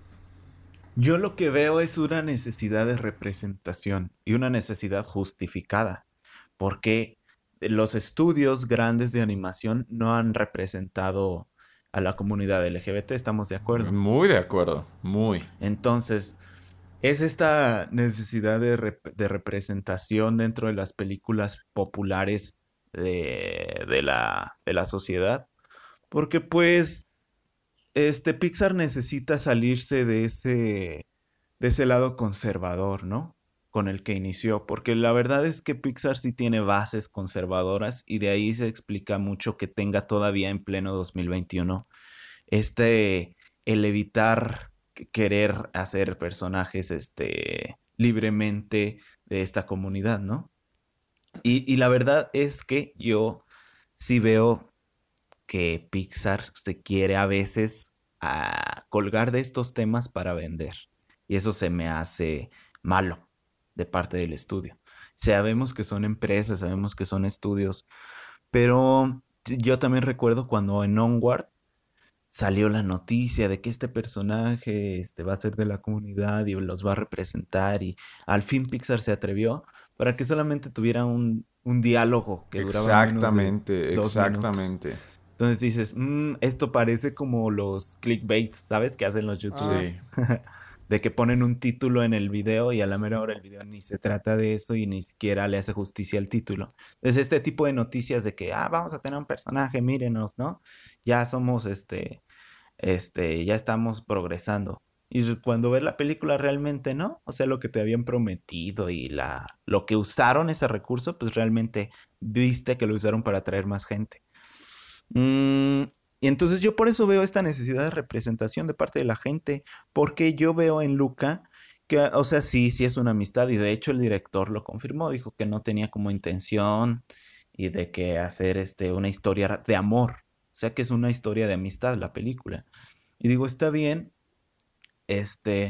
Yo lo que veo es una necesidad de representación y una necesidad justificada, porque los estudios grandes de animación no han representado a la comunidad L G B T, estamos de acuerdo. Muy de acuerdo, muy. Entonces, es esta necesidad de, rep- de representación dentro de las películas populares de, de la, de la sociedad, porque pues este Pixar necesita salirse de ese, de ese lado conservador, ¿no? Con el que inició, porque la verdad es que Pixar sí tiene bases conservadoras y de ahí se explica mucho que tenga todavía en pleno dos mil veintiuno este, el evitar que- querer hacer personajes, este, libremente de esta comunidad, ¿no? Y, y la verdad es que yo sí veo que Pixar se quiere a veces a colgar de estos temas para vender. Y eso se me hace malo de parte del estudio. Sabemos que son empresas, sabemos que son estudios, pero yo también recuerdo cuando en Onward salió la noticia de que este personaje este, va a ser de la comunidad y los va a representar y al fin Pixar se atrevió para que solamente tuviera un, un diálogo que duraba menos de Exactamente, dos minutos. exactamente. Entonces dices, "Mm, esto parece como los clickbaits, ¿sabes? Que hacen los Ah, Sí. youtubers. De que ponen un título en el video y a la mera hora el video ni se trata de eso y ni siquiera le hace justicia al título. Entonces este tipo de noticias de que, ah, vamos a tener un personaje, mírenos, ¿no? Ya somos, este, este, ya estamos progresando. Y cuando ves la película realmente no, o sea, lo que te habían prometido y la, lo que usaron ese recurso, pues realmente viste que lo usaron para atraer más gente. Mm, y entonces yo por eso veo esta necesidad de representación de parte de la gente, porque yo veo en Luca que, o sea, sí, sí es una amistad y de hecho el director lo confirmó, dijo que no tenía como intención y de que hacer este una historia de amor, o sea que es una historia de amistad la película. Y digo, está bien, este,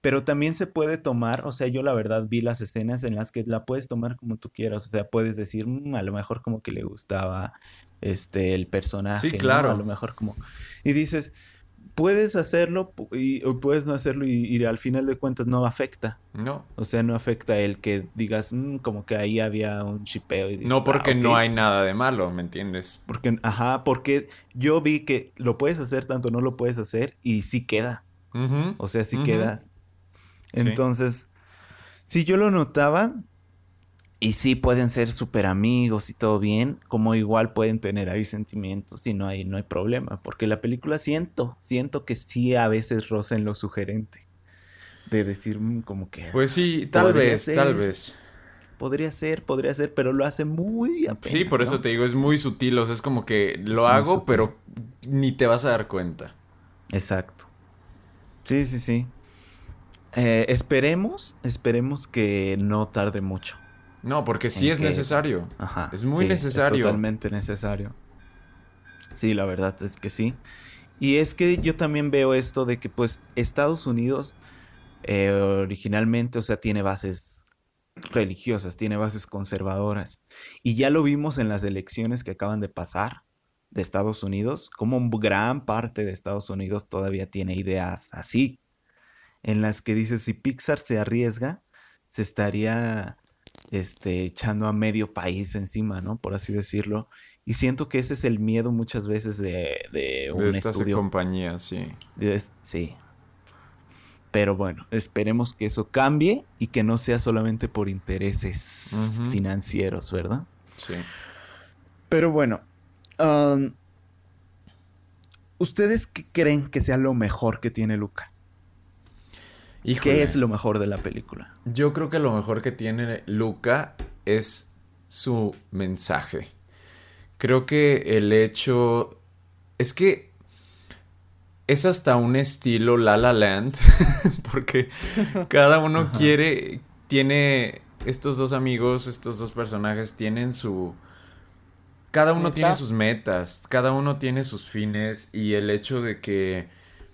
pero también se puede tomar, o sea, yo la verdad vi las escenas en las que la puedes tomar como tú quieras, o sea, puedes decir, "Mm, a lo mejor como que le gustaba este el Sí, personaje, ¿no? A lo claro. mejor como... Y dices, puedes hacerlo pu- y, o puedes no hacerlo y, y al final de cuentas no afecta. No. O sea, no afecta el que digas, "Mm, como que ahí había un chipeo y No dices, ah, porque ok, no hay pues nada de malo, ¿me entiendes? porque, ajá, porque yo vi que lo puedes hacer tanto no lo puedes hacer y sí queda. Ujú, O sea, sí ujú. queda. Sí. Entonces, sí yo lo notaba y sí pueden ser súper amigos y todo bien, como igual pueden tener ahí sentimientos y no hay, no hay problema. Porque la película siento, siento que sí a veces roza en lo sugerente. De decir, "Mm, como que Pues sí, tal podría vez, tal ser, vez. podría ser, podría ser, pero lo hace muy Sí, apenas, por eso ¿no? te digo, es muy sutil, o sea, es como que Es lo muy hago, sutil. pero ni te vas a dar cuenta. Exacto. Sí, sí, sí. Eh, esperemos, esperemos que no tarde mucho No, porque sí en es que, necesario. ajá, Es muy sí, es necesario. totalmente necesario. Sí, la verdad es que sí. Y es que yo también veo esto de que pues Estados Unidos eh, originalmente, o sea, tiene bases religiosas, tiene bases conservadoras. Y ya lo vimos en las elecciones que acaban de pasar de Estados Unidos, como gran parte de Estados Unidos todavía tiene ideas así, en las que dices, si Pixar se arriesga, se estaría este, echando a medio país encima, ¿no? Por así decirlo. Y siento que ese es el miedo muchas veces de, de De un estas eh, estudio. compañías, sí. de- sí. Pero bueno, esperemos que eso cambie y que no sea solamente por intereses Ujú, financieros, ¿verdad? sí. Pero bueno, um, ¿ustedes qué creen que sea lo mejor que tiene Luca? ¿Qué es Híjole, lo mejor de la película? yo creo que lo mejor que tiene Luca es su mensaje. Creo que el hecho es que es hasta un estilo La La Land, porque cada uno Ajá. quiere, tiene, estos dos amigos, estos dos personajes tienen su, cada uno tiene Meta. sus metas, cada uno tiene sus fines y el hecho de que,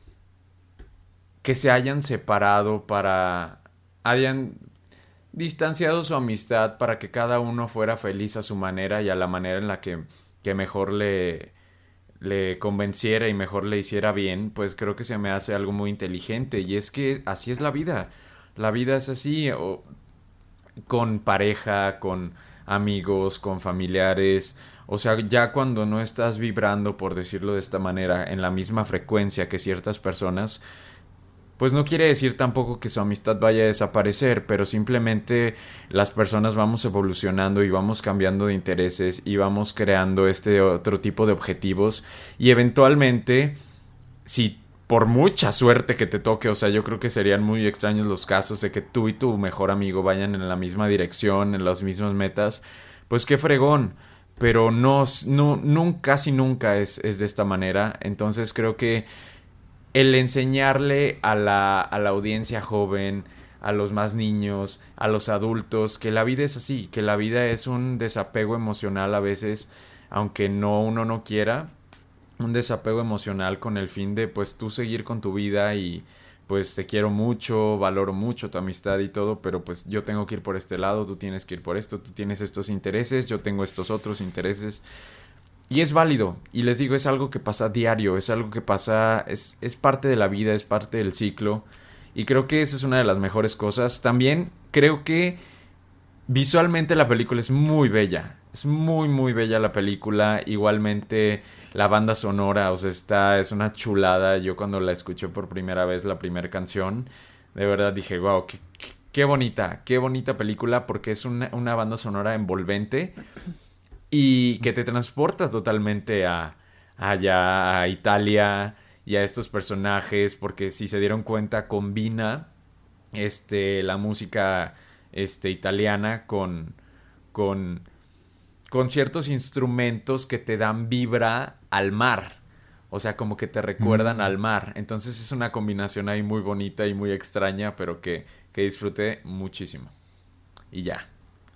que se hayan separado para, hayan distanciado su amistad para que cada uno fuera feliz a su manera y a la manera en la que, que mejor le, le convenciera y mejor le hiciera bien, pues creo que se me hace algo muy inteligente. Y es que así es la vida. La vida es así, o con pareja, con amigos, con familiares. O sea, ya cuando no estás vibrando, por decirlo de esta manera, en la misma frecuencia que ciertas personas, pues no quiere decir tampoco que su amistad vaya a desaparecer, pero simplemente las personas vamos evolucionando y vamos cambiando de intereses y vamos creando este otro tipo de objetivos y eventualmente, si por mucha suerte que te toque, o sea, yo creo que serían muy extraños los casos de que tú y tu mejor amigo vayan en la misma dirección, en las mismas metas, pues qué fregón. Pero no, no nunca, casi nunca es, es de esta manera. Entonces creo que el enseñarle a la, a la audiencia joven, a los más niños, a los adultos, que la vida es así, que la vida es un desapego emocional a veces, aunque no uno no quiera, un desapego emocional con el fin de pues tú seguir con tu vida y pues te quiero mucho, valoro mucho tu amistad y todo, pero pues yo tengo que ir por este lado, tú tienes que ir por esto, tú tienes estos intereses, yo tengo estos otros intereses y es válido, y les digo, es algo que pasa diario, es algo que pasa, es, es parte de la vida, es parte del ciclo, y creo que esa es una de las mejores cosas. También creo que visualmente la película es muy bella, es muy muy bella la película, igualmente la banda sonora, o sea, está, es una chulada. Yo cuando la escuché por primera vez, la primera canción, de verdad dije, wow, qué, qué, qué bonita, qué bonita película, porque es una, una banda sonora envolvente y que te transporta totalmente a allá a Italia y a estos personajes porque si se dieron cuenta combina este la música este italiana con con con ciertos instrumentos que te dan vibra al mar. O sea, como que te recuerdan Mm, al mar. Entonces es una combinación ahí muy bonita y muy extraña, pero que, que disfruté muchísimo. Y ya.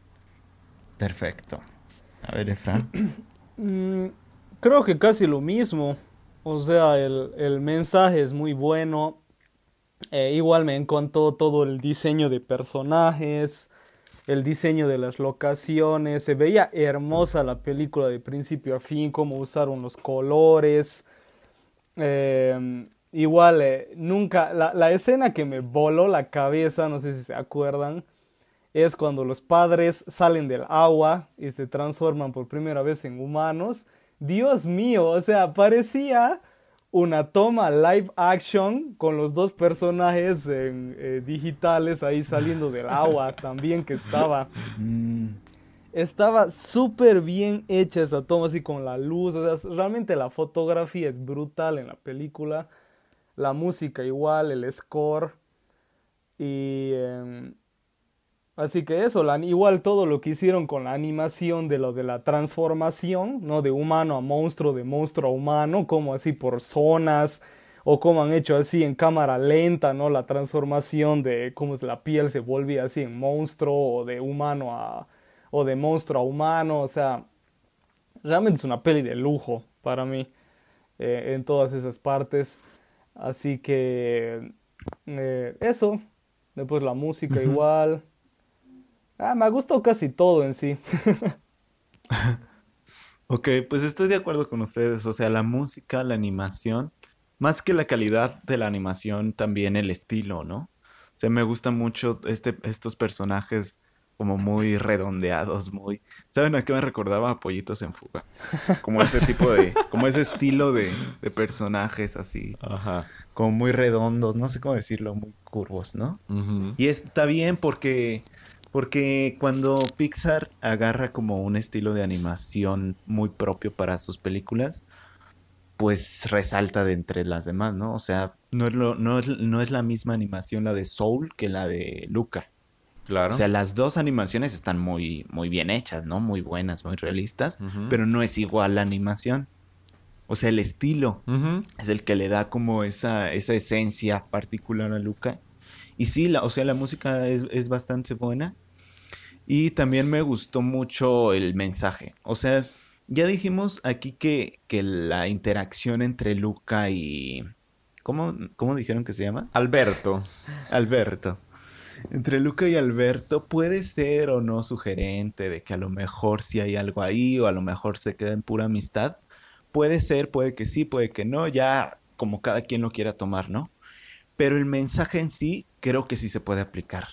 perfecto. A ver, Efra. Mm, Creo que casi lo mismo. O sea, el, el mensaje es muy bueno. Eh, igual me encantó todo el diseño de personajes, el diseño de las locaciones. Se veía hermosa la película de principio a fin, cómo usaron los colores. Eh, igual, eh, nunca, la, la escena que me voló la cabeza, no sé si se acuerdan, es cuando los padres salen del agua y se transforman por primera vez en humanos. Dios mío, o sea, parecía una toma live action con los dos personajes en, eh, digitales ahí saliendo del agua también que estaba. Mm, Estaba súper bien hecha esa toma así con la luz, o sea, realmente la fotografía es brutal en la película, la música igual, el score y... em, así que eso, la- igual todo lo que hicieron con la animación de lo de la transformación, ¿no? De humano a monstruo, de monstruo a humano, como así por zonas, o como han hecho así en cámara lenta, ¿no? La transformación de cómo es la piel se volvía así en monstruo, o de humano a, o de monstruo a humano, o sea, realmente es una peli de lujo para mí, eh, en todas esas partes. Así que, eh, eso, después la música ujú. igual. Ah, me ha gustado casi todo en sí. Ok, pues estoy de acuerdo con ustedes. O sea, la música, la animación, más que la calidad de la animación, también el estilo, ¿no? O sea, me gusta mucho este, estos personajes como muy redondeados, muy... ¿Saben a qué me recordaba? A Pollitos en Fuga. Como ese tipo de... Como ese estilo de, de personajes así, Ajá. como muy redondos, no sé cómo decirlo, muy curvos, ¿no? Ujú. Y está bien porque, porque cuando Pixar agarra como un estilo de animación muy propio para sus películas, pues resalta de entre las demás, ¿no? O sea, no es, lo- no es, no es la misma animación la de Soul que la de Luca. O Claro. sea, las dos animaciones están muy, muy bien hechas, ¿no? Muy buenas, muy realistas, Ujú. pero no es igual la animación. O sea, el estilo Ujú. es el que le da como esa, esa esencia particular a Luca. Y sí, la, o sea, la música es, es bastante buena. Y también me gustó mucho el mensaje. O sea, ya dijimos aquí que, que la interacción entre Luca y... ¿Cómo, cómo dijeron que se llama? Alberto. Alberto. Entre Luca y Alberto puede ser o no sugerente de que a lo mejor sí hay algo ahí o a lo mejor se queda en pura amistad. Puede ser, puede que sí, puede que no, ya como cada quien lo quiera tomar, ¿no? Pero el mensaje en sí creo que sí se puede aplicar.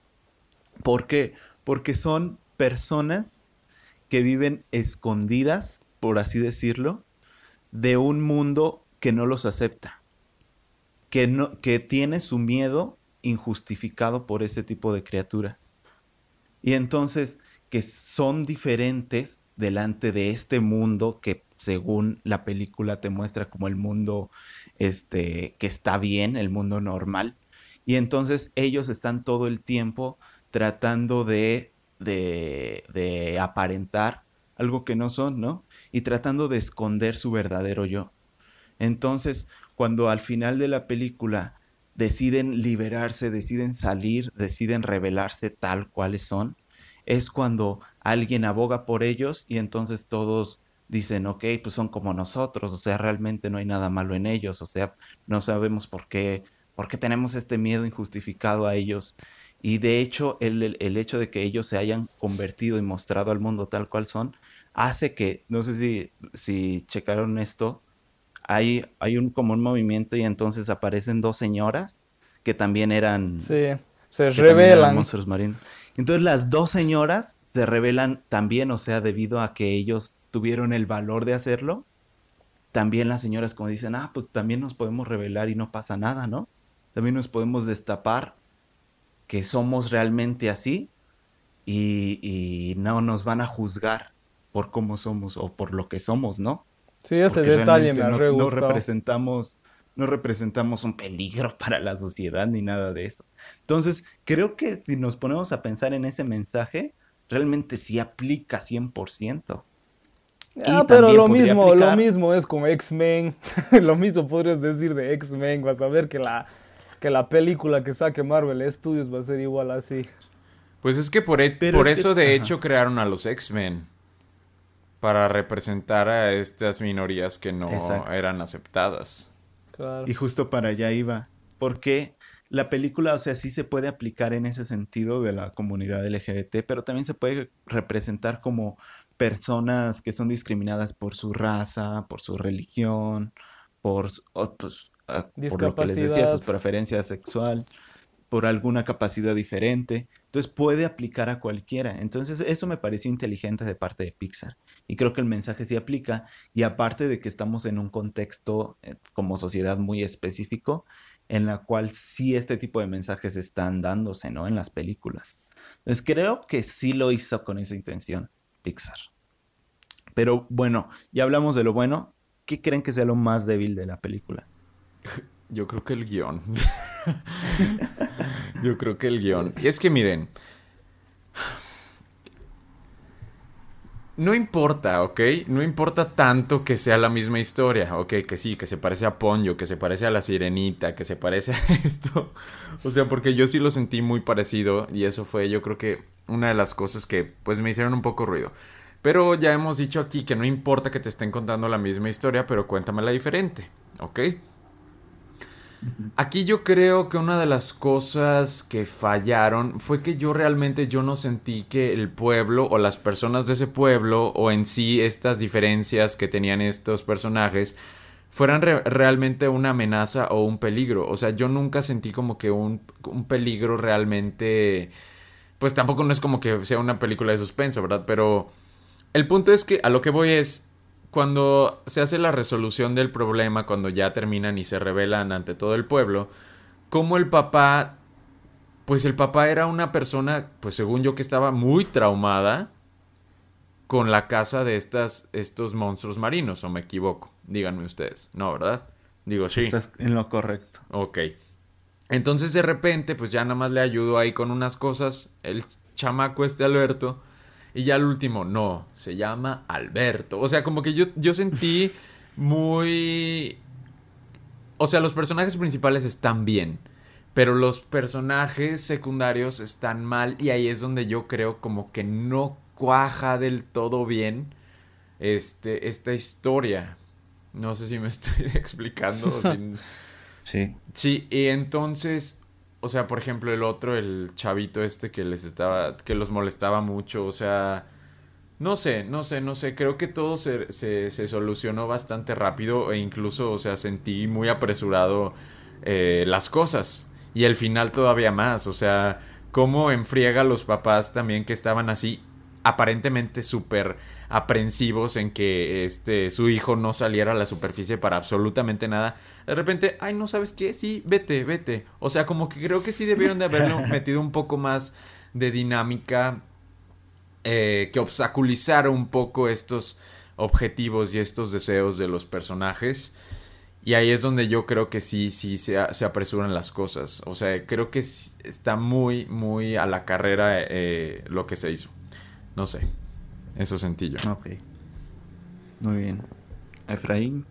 ¿Por qué? Porque son personas que viven escondidas, por así decirlo, de un mundo que no los acepta, que, no, que tiene su miedo injustificado por ese tipo de criaturas. Y entonces que son diferentes delante de este mundo que según la película te muestra como el mundo este que está bien, el mundo normal. Y entonces ellos están todo el tiempo tratando de, de, de aparentar algo que no son, ¿no? Y tratando de esconder su verdadero yo. Entonces, cuando al final de la película deciden liberarse, deciden salir, deciden revelarse tal cuales son, es cuando alguien aboga por ellos y entonces todos dicen, ok, pues son como nosotros, o sea, realmente no hay nada malo en ellos, o sea, no sabemos por qué, por qué tenemos este miedo injustificado a ellos. Y de hecho, el, el, el hecho de que ellos se hayan convertido y mostrado al mundo tal cual son, hace que, no sé si, si checaron esto, hay, hay un, como un movimiento y entonces aparecen dos señoras que también eran, Sí, se que también eran revelan. monstruos marinos. Entonces las dos señoras se revelan también, o sea, debido a que ellos tuvieron el valor de hacerlo, también las señoras como dicen, ah, pues también nos podemos revelar y no pasa nada, ¿no? También nos podemos destapar que somos realmente así y, y no nos van a juzgar por cómo somos o por lo que somos, ¿no? Sí, ese Porque detalle me realmente ha no, re no gustado. representamos, no representamos un peligro para la sociedad ni nada de eso. Entonces, creo que si nos ponemos a pensar en ese mensaje, realmente sí aplica cien por ciento. Y Ah, pero también lo podría mismo, lo aplicar, mismo es como X-Men. Lo mismo podrías decir de X-Men. Vas a ver que la, que la película que saque Marvel Studios va a ser igual así. Pues es que por, e- pero por es eso que, de ajá, hecho crearon a los X-Men. Para representar a estas minorías que no exacto. eran aceptadas. Claro. Y justo para allá iba. Porque la película, o sea, sí se puede aplicar en ese sentido de la comunidad L G B T, pero también se puede representar como personas que son discriminadas por su raza, por su religión, por, su- o, pues, ah, por lo que les decía, sus Discapacidad. preferencias sexual, por alguna capacidad diferente. Entonces puede aplicar a cualquiera. Entonces eso me pareció inteligente de parte de Pixar. Y creo que el mensaje sí aplica. Y aparte de que estamos en un contexto eh, como sociedad muy específico, en la cual sí este tipo de mensajes están dándose, ¿no? En las películas. Entonces creo que sí lo hizo con esa intención Pixar. Pero bueno, ya hablamos de lo bueno. ¿Qué creen que sea lo más débil de la película? Yo creo que el guión. Yo creo que el guión. Y es que miren, no importa, ¿ok? No importa tanto que sea la misma historia, ¿ok? Que sí, que se parece a Ponyo, que se parece a la Sirenita, que se parece a esto. O sea, porque yo sí lo sentí muy parecido y eso fue, yo creo que una de las cosas que pues me hicieron un poco ruido. Pero ya hemos dicho aquí que no importa que te estén contando la misma historia, pero cuéntamela diferente, ¿ok? Aquí yo creo que una de las cosas que fallaron fue que yo realmente yo no sentí que el pueblo o las personas de ese pueblo o en sí estas diferencias que tenían estos personajes fueran re- realmente una amenaza o un peligro. O sea, yo nunca sentí como que un, un peligro realmente. Pues tampoco no es como que sea una película de suspenso, ¿verdad? Pero el punto es que a lo que voy es, cuando se hace la resolución del problema, cuando ya terminan y se revelan ante todo el pueblo, como el papá, pues el papá era una persona, pues según yo que estaba muy traumada con la caza de estas, estos monstruos marinos, o me equivoco, díganme ustedes, ¿no, verdad? Digo, sí. Estás en lo correcto. Ok. Entonces de repente, pues ya nada más le ayudo ahí con unas cosas, el chamaco este Alberto. Y ya el último, no, se llama Alberto. O sea, como que yo, yo sentí muy. O sea, los personajes principales están bien, pero los personajes secundarios están mal. Y ahí es donde yo creo como que no cuaja del todo bien este, esta historia. No sé si me estoy explicando o si. Sí. Sí, y entonces, o sea, por ejemplo, el otro, el chavito este que les estaba, que los molestaba mucho, o sea, no sé, no sé, no sé, creo que todo se, se, se solucionó bastante rápido e incluso, o sea, sentí muy apresurado eh, las cosas y el final todavía más, o sea, cómo enfriega a los papás también que estaban así aparentemente súper aprensivos en que este su hijo no saliera a la superficie para absolutamente nada. De repente, ay, no sabes qué, sí, vete, vete. O sea, como que creo que sí debieron de haberlo metido un poco más de dinámica eh, que obstaculizara un poco estos objetivos y estos deseos de los personajes. Y ahí es donde yo creo que sí, sí se, a- se apresuran las cosas. O sea, creo que s- está muy, muy a la carrera eh, lo que se hizo. No sé, eso sentí yo. Ok. Muy bien. Efraín.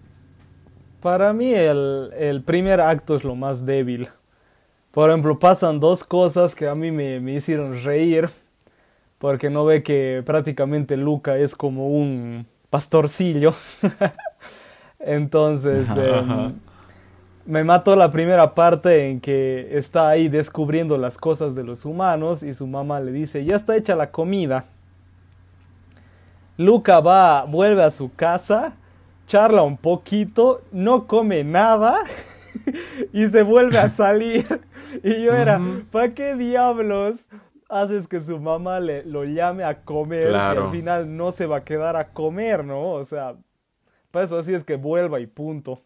Para mí el, el primer acto es lo más débil. Por ejemplo, pasan dos cosas que a mí me, me hicieron reír. Porque no ve que prácticamente Luca es como un pastorcillo. Entonces, Ajá, em, ajá. me mató la primera parte en que está ahí descubriendo las cosas de los humanos y su mamá le dice, ya está hecha la comida. Luca va, vuelve a su casa, charla un poquito, no come nada y se vuelve a salir. Y yo era, Ujú. ¿para qué diablos haces que su mamá le, lo llame a comer si Claro. al final no se va a quedar a comer, ¿no? O sea, para eso así es que vuelva y punto.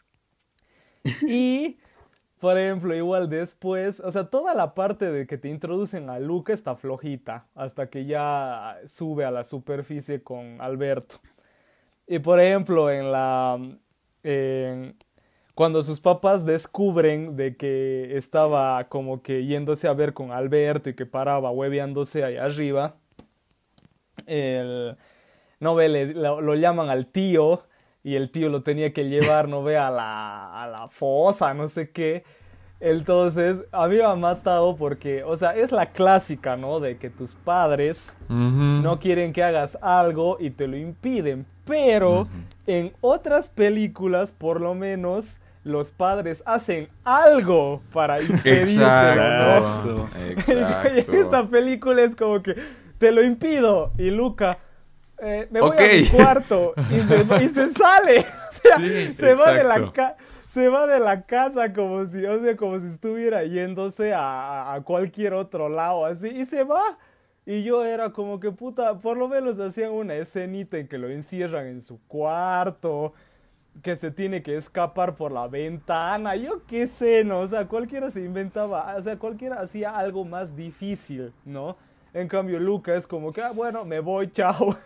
Y, por ejemplo, igual después, o sea, toda la parte de que te introducen a Luca está flojita, hasta que ya sube a la superficie con Alberto. Y, por ejemplo, en la... en- cuando sus papás descubren de que estaba como que yéndose a ver con Alberto y que paraba hueveándose ahí arriba, el, no ve, le- lo, lo llaman al tío y el tío lo tenía que llevar, no ve, a la, a la fosa, no sé qué. Entonces, a mí me ha matado porque, o sea, es la clásica, ¿no? De que tus padres Ujú. no quieren que hagas algo y te lo impiden. Pero Ujú. en otras películas, por lo menos, los padres hacen algo para impedirte, Exacto, ¿no? exacto. Y esta película es como que te lo impido y Luca eh, me voy Okay. a mi cuarto y se, y se sale. O sea, Sí, se va de la exacto. ca- se va de la casa como si, o sea, como si estuviera yéndose a, a cualquier otro lado así y se va. Y yo era como que puta, por lo menos hacían una escenita en que lo encierran en su cuarto, que se tiene que escapar por la ventana, yo qué sé, ¿no? O sea, cualquiera se inventaba, o sea, cualquiera hacía algo más difícil, ¿no? En cambio, Luca es como que, ah, bueno, me voy, chao.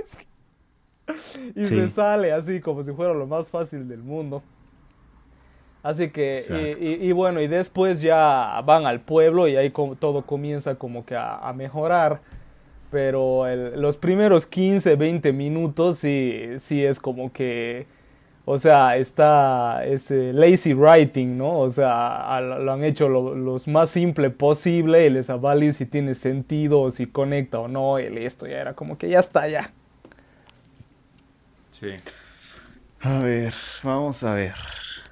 Y Sí. se sale así como si fuera lo más fácil del mundo. Así que, Exacto. y, y- y bueno, y después ya van al pueblo y ahí como todo comienza como que a, a mejorar. Pero el- los primeros quince, veinte minutos sí, sí es como que, o sea, está ese lazy writing, ¿no? O sea, a- lo han hecho lo, los más simple posible y les ha valido si tiene sentido o si conecta o no. Y listo, ya era como que ya está, ya. Sí. A ver, vamos a ver.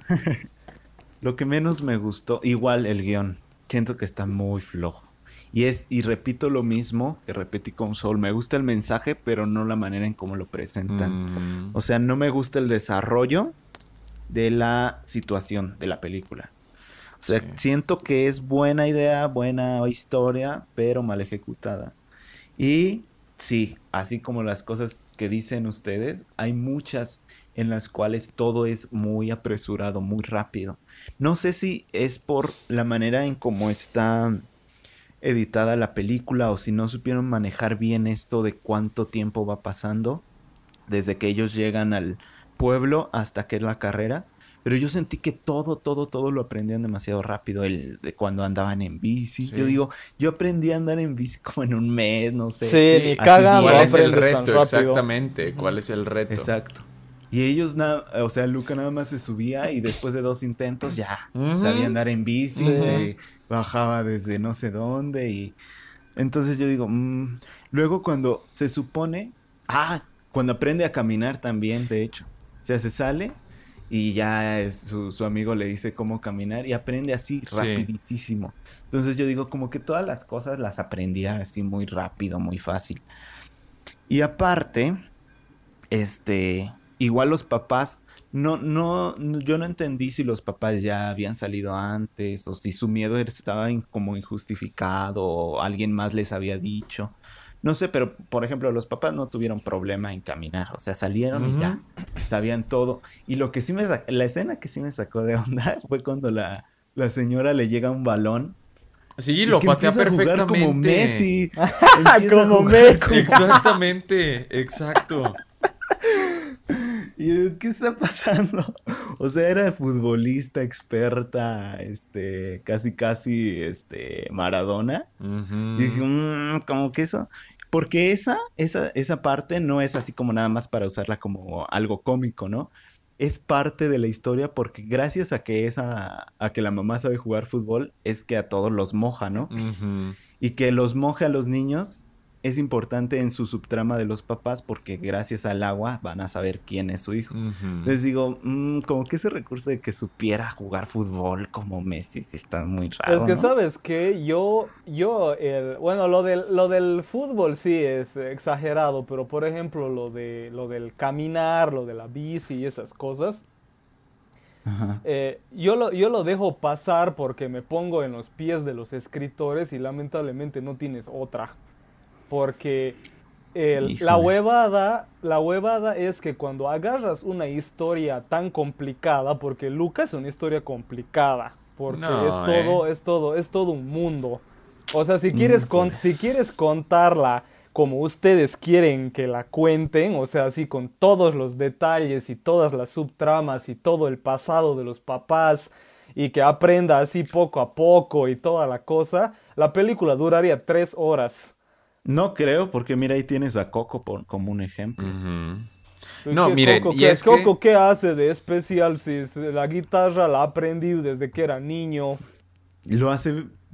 Lo que menos me gustó, igual el guión. Siento que está muy flojo. Y es, y repito lo mismo que repetí con Soul. Me gusta el mensaje, pero no la manera en cómo lo presentan. Mm, O sea, no me gusta el desarrollo de la situación de la película. O sea, Sí. siento que es buena idea, buena historia, pero mal ejecutada. Y sí, así como las cosas que dicen ustedes, hay muchas en las cuales todo es muy apresurado, muy rápido. No sé si es por la manera en cómo está editada la película o si no supieron manejar bien esto de cuánto tiempo va pasando desde que ellos llegan al pueblo hasta que es la carrera. Pero yo sentí que todo, todo, todo lo aprendían demasiado rápido. El de cuando andaban en bici. Sí. Yo digo, yo aprendí a andar en bici como en un mes, no sé. Sí, ni así cagando ¿Cuál es el aprendes tan reto? rápido. Exactamente. ¿Cuál es el reto? Exacto. Y ellos nada, o sea, Luca nada más se subía y después de dos intentos ya Ujú. sabía andar en bici, Sí. se bajaba desde no sé dónde y entonces yo digo, mm, luego cuando se supone, ah, cuando aprende a caminar también, de hecho, o sea, se sale y ya es- su, su amigo le dice cómo caminar y aprende así Sí. rapidísimo. Entonces yo digo, como que todas las cosas las aprendía así muy rápido, muy fácil. Y aparte, este, igual los papás, no, no, no- yo no entendí si los papás ya habían salido antes o si su miedo estaba in- como injustificado o alguien más les había dicho. No sé, pero por ejemplo, los papás no tuvieron problema en caminar, o sea, salieron Ujú. y ya, sabían todo. Y lo que sí me sacó, la escena que sí me sacó de onda fue cuando la, la señora le llega un balón. Sí, y lo que patea empieza a jugar como perfectamente. Messi. Empieza a Como jugar Messi. como- Exactamente, exacto. Y yo, ¿qué está pasando? O sea, era futbolista experta, este, casi casi, este, Maradona. Ujú. Y dije, "Mm, como que eso". Porque esa, esa, esa parte no es así como nada más para usarla como algo cómico, ¿no? Es parte de la historia porque gracias a que esa, a que la mamá sabe jugar fútbol, es que a todos los moja, ¿no? Ujú. Y que los moje a los niños es importante en su subtrama de los papás porque gracias al agua van a saber quién es su hijo. Ujú. Les digo, mm, como que ese recurso de que supiera jugar fútbol como Messi sí está muy raro, Es que, ¿no? ¿sabes qué? Yo, yo, el, bueno, lo del, lo del fútbol sí es exagerado, pero por ejemplo, lo de, lo del caminar, lo de la bici y esas cosas, Ajá. eh, yo lo, yo lo dejo pasar porque me pongo en los pies de los escritores y lamentablemente no tienes otra. Porque el- la Híjole. huevada, la huevada es que cuando agarras una historia tan complicada, porque Lucas es una historia complicada, porque No, es todo, eh. es todo, es todo un mundo. O sea, si quieres, con- Híjole. si quieres contarla como ustedes quieren que la cuenten, o sea, así con todos los detalles y todas las subtramas y todo el pasado de los papás y que aprenda así poco a poco y toda la cosa, la película duraría tres horas. No creo, porque mira, ahí tienes a Coco por- como un ejemplo. Ujú. ¿Y No, qué miren, Coco, y qué- es que- Coco qué hace de especial si es- la guitarra la aprendí desde que era niño? Lo hace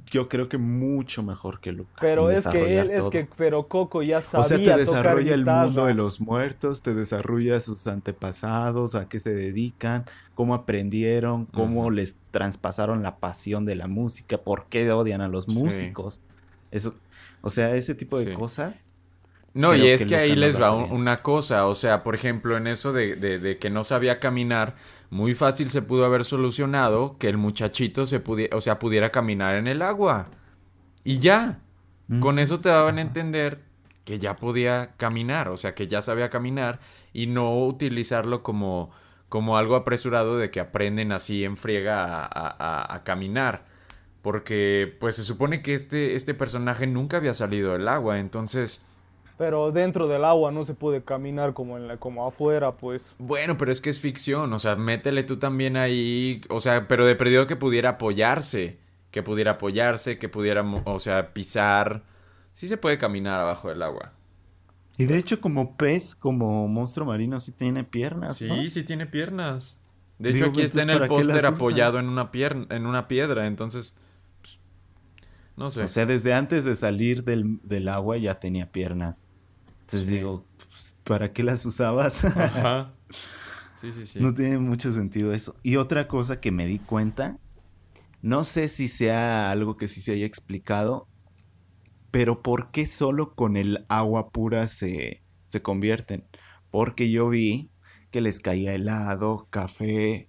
yo creo que mucho mejor que Luca. Pero en es que desarrollar él, es todo. que, pero Coco ya sabía O sea, te tocar desarrolla el guitarra. mundo de los muertos, te desarrolla sus antepasados, a qué se dedican, cómo aprendieron, cómo Ujú. les traspasaron la pasión de la música, por qué odian a los Sí. músicos. Eso, o sea, ese tipo de Sí. cosas. No, Creo y es que que ahí Luca no les lo va hace un- bien. una cosa, o sea, por ejemplo, en eso de, de- de que no sabía caminar, muy fácil se pudo haber solucionado que el muchachito se pudiera, o sea, pudiera caminar en el agua. Y ya, con Mm, eso te daban a ajá. entender que ya podía caminar, o sea, que ya sabía caminar y no utilizarlo como, como algo apresurado de que aprenden así en friega a, a- a- a caminar. Porque, pues, se supone que este, este personaje nunca había salido del agua, entonces... Pero dentro del agua no se puede caminar como en la, como afuera, pues. Bueno, pero es que es ficción, o sea, métele tú también ahí, o sea, pero de perdido que pudiera apoyarse, que pudiera apoyarse, que pudiera, mo- o sea, pisar. Sí se puede caminar abajo del agua. Y de hecho, como pez, como monstruo marino, sí tiene piernas, ¿no? Sí, sí tiene piernas. De Digo, hecho, aquí está entonces, en el ¿para qué póster las usa? apoyado en una pierna, en una piedra, entonces, pues, no sé. O sea, desde antes de salir del, del agua ya tenía piernas. Entonces Sí. digo, pues, ¿para qué las usabas? Ajá. Sí, sí, sí. No tiene mucho sentido eso. Y otra cosa que me di cuenta, no sé si sea algo que sí se haya explicado, pero ¿por qué solo con el agua pura se, se convierten? Porque yo vi que les caía helado, café,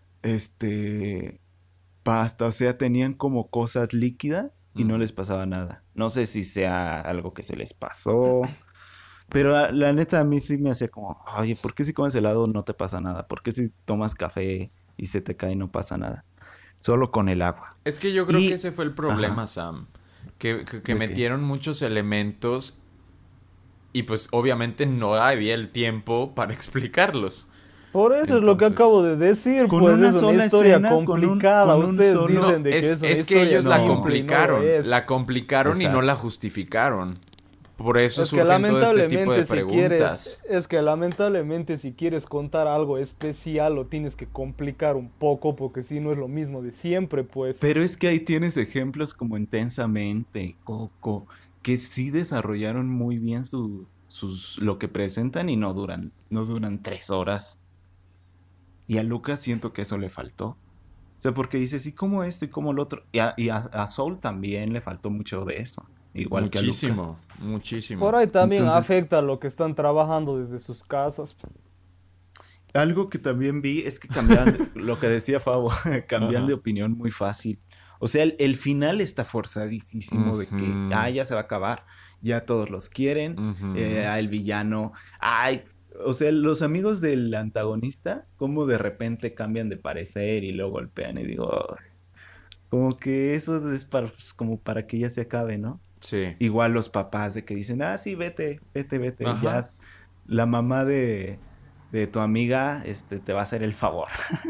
este, pasta, o sea, tenían como cosas líquidas y no Ujú. les pasaba nada. No sé si sea algo que se les pasó, pero la, la neta a mí sí me hacía como, oye, ¿por qué si comes helado no te pasa nada? ¿Por qué si tomas café y se te cae y no pasa nada? Solo con el agua. Es que yo creo Y- que ese fue el problema, Ajá. Sam. Que, que, que ¿De qué? metieron muchos elementos y pues obviamente no había el tiempo para explicarlos. Por eso es lo que Entonces, acabo de decir, con pues una es una sola historia escena, con un- complicada. con un Ustedes solo- dicen No, de que es, es una es que historia ellos la no, simple y no lo complicaron, es. la complicaron y no Exacto. la justificaron. Por eso Es que surgen todo este tipo lamentablemente de si preguntas. quieres, es que lamentablemente si quieres contar algo especial lo tienes que complicar un poco porque si no es lo mismo de siempre, pues. Pero es que ahí tienes ejemplos como Intensamente, Coco, que sí desarrollaron muy bien su, sus, lo que presentan y no duran, no duran tres horas. Y a Lucas siento que eso le faltó. O sea, porque dices, ¿y cómo esto y cómo lo otro? Y a, y a, a Soul también le faltó mucho de eso. Igual que a Luca. Muchísimo, muchísimo. Por ahí también Entonces- afecta lo que están trabajando desde sus casas. Algo que también vi es que cambian, lo que decía Fabo, cambian Ajá. de opinión muy fácil. O sea, el, el final está forzadísimo de que, Ujú. ah, ya se va a acabar, ya todos los quieren, Ujú. eh, ah, el villano, ay, o sea, los amigos del antagonista, como de repente cambian de parecer y lo golpean y digo, "Ay", como que eso es para, pues, como para que ya se acabe, ¿no? Sí. Igual los papás de que dicen, ah, sí, vete, vete, vete, Ajá. ya la mamá de, de tu amiga este, te va a hacer el favor.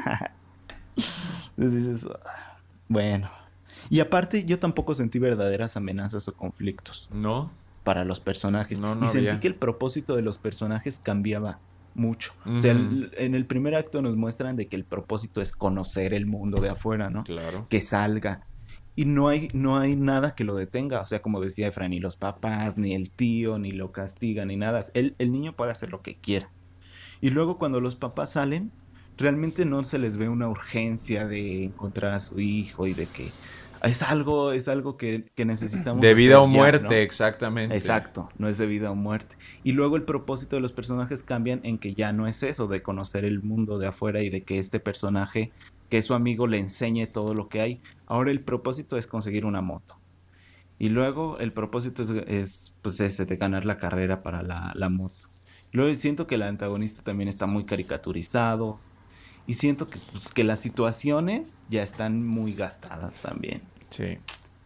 Entonces dices, "Ah, bueno". Y aparte, yo tampoco sentí verdaderas amenazas o conflictos ¿No? para los personajes. No, no y sentí había. que el propósito de los personajes cambiaba mucho. O sea, Ujú. el- en el primer acto nos muestran de que el propósito es conocer el mundo de afuera, ¿no? Claro. Que salga. Y no hay, no hay nada que lo detenga. O sea, como decía Efra, ni los papás, ni el tío, ni lo castigan, ni nada. El, el niño puede hacer lo que quiera. Y luego cuando los papás salen, realmente no se les ve una urgencia de encontrar a su hijo y de que es algo, es algo que, que necesitamos De vida hacer o ya, muerte, ¿no? exactamente. Exacto, no es de vida o muerte. Y luego el propósito de los personajes cambian en que ya no es eso, de conocer el mundo de afuera y de que este personaje, que es su amigo, le enseñe todo lo que hay. Ahora el propósito es conseguir una moto. Y luego el propósito es, es pues ese, de ganar la carrera para la, la moto. Luego siento que el antagonista también está muy caricaturizado. Y siento que, pues, que las situaciones ya están muy gastadas también. Sí.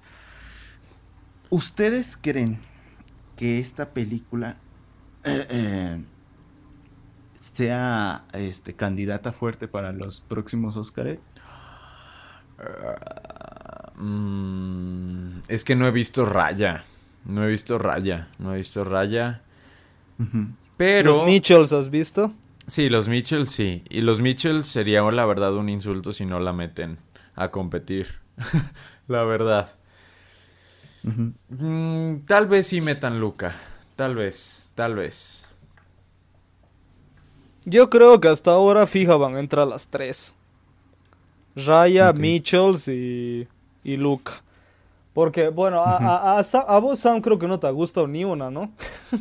¿Ustedes creen que esta película eh, eh, sea este, candidata fuerte para los próximos Óscares? Mm, es que no he visto Raya. No he visto Raya. No he visto Raya. Ujú. Pero... Los Mitchells, ¿has visto? Sí, los Mitchells sí. Y los Mitchells sería la verdad un insulto si no la meten a competir. La verdad. Ujú. Mm, tal vez sí metan Luca. Tal vez, tal vez. Yo creo que hasta ahora fija van a entrar las tres. Raya, Ok. Mitchells y, y Luca. Porque, bueno, a, Ujú. a, a, Sa- a vos, Sam, creo que no te ha gustado ni una, ¿no?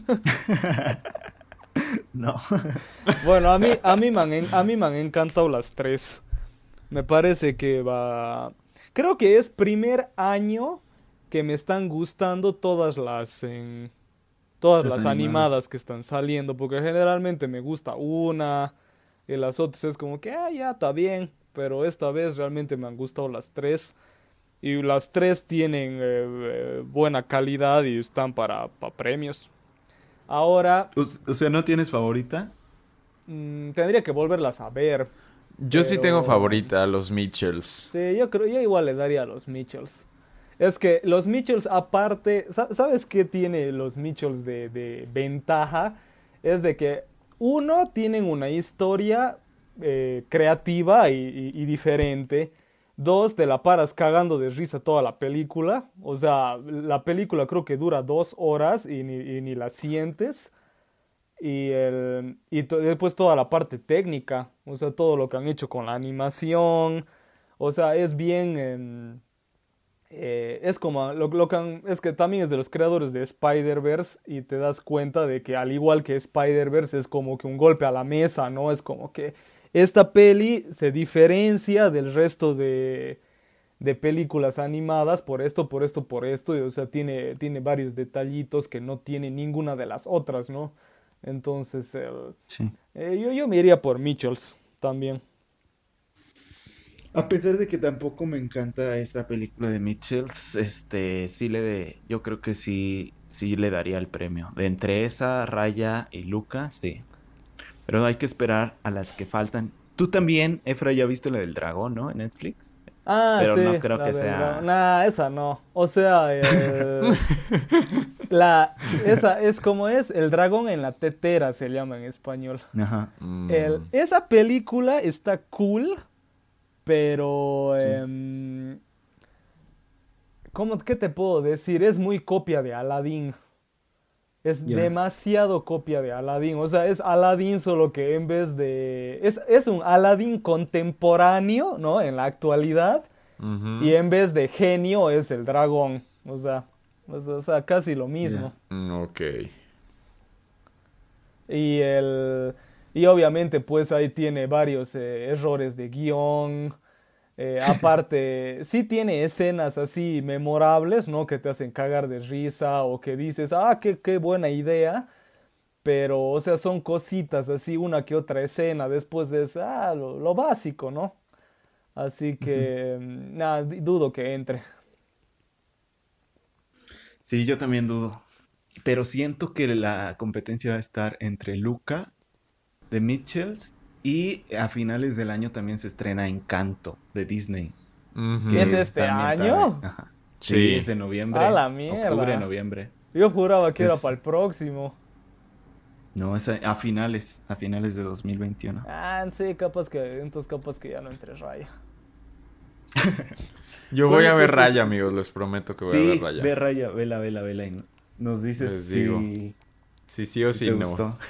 No. Bueno, a mí, a mí me han, en- a mí me han encantado las tres. Me parece que va... Creo que es primer año que me están gustando todas las... en- todas Las las animadas. animadas que están saliendo. Porque generalmente me gusta una y las otras es como que, ah, ya está bien. Pero esta vez realmente me han gustado las tres. Y las tres tienen eh, eh, buena calidad y están para, para premios. Ahora, O, s- o sea, ¿no tienes favorita? mm, tendría que volverlas a ver. Yo sí tengo Pero... favorita a los Mitchells. Sí, yo creo, yo igual le daría a los Mitchells. Es que los Mitchells aparte, sa- ¿sabes qué tiene los Mitchells de, de ventaja? Es de que uno, tienen una historia eh, creativa y, y- y diferente. Dos, te la paras cagando de risa toda la película. O sea, la película creo que dura dos horas y ni, y ni la sientes. Y, el, y to- después toda la parte técnica, o sea, todo lo que han hecho con la animación, o sea, es bien, em, eh, es como, lo, lo que han- es que también es de los creadores de Spider-Verse y te das cuenta de que al igual que Spider-Verse es como que un golpe a la mesa, ¿no? Es como que esta peli se diferencia del resto de, de películas animadas por esto, por esto, por esto, y o sea, tiene, tiene varios detallitos que no tiene ninguna de las otras, ¿no? Entonces, el- Sí. eh, yo, yo me iría por Mitchells también. A pesar de que tampoco me encanta esta película de Mitchells, este, sí le de, yo creo que sí, sí le daría el premio. De entre esa, Raya y Luca, sí. Pero hay que esperar a las que faltan. Tú también, Efra, ya viste la del dragón, ¿no? En Netflix. Ah, Pero sí, no creo la que del dragón. sea. Nah, esa no. O sea, el- la, esa es como es, el dragón en la tetera se llama en español. Ajá. El- Mm, esa película está cool, pero... Sí. em, ¿cómo, qué te puedo decir? Es muy copia de Aladdin. Es Ya. demasiado copia de Aladdin. O sea, es Aladdin solo que en vez de... Es, es un Aladdin contemporáneo, ¿no? En la actualidad. ujú. Y en vez de genio es el dragón. O sea, o sea, o sea, casi lo mismo. Mm, ok. Y el... Y obviamente pues ahí tiene varios eh, errores de guión. Eh, aparte, sí tiene escenas así memorables, ¿no? Que te hacen cagar de risa o que dices, ah, qué, qué buena idea. Pero, o sea, son cositas así, una que otra escena. Después de eso, ah, lo, lo básico, ¿no? Así que, mm, nada, di- dudo que entre. Sí, yo también dudo. Pero siento que la competencia va a estar entre Luca de Mitchells y a finales del año también se estrena Encanto de Disney, Ujú. que ¿Es este está ambientada año? en- Ajá. Sí, Sí. es de noviembre, A la mierda. octubre, noviembre. Yo juraba que era Es- para el próximo. No, es a, a finales, a finales de dos mil veintiuno. Ah, sí, capaz que, entonces capaz que ya no entre Raya. Yo Bueno, voy a ver pues, Raya, es- amigos, les prometo que voy a Sí, ver Raya. ve Raya, vela, vela, vela. Y nos dices Les si, digo. Sí, sí o si sí te no. gustó.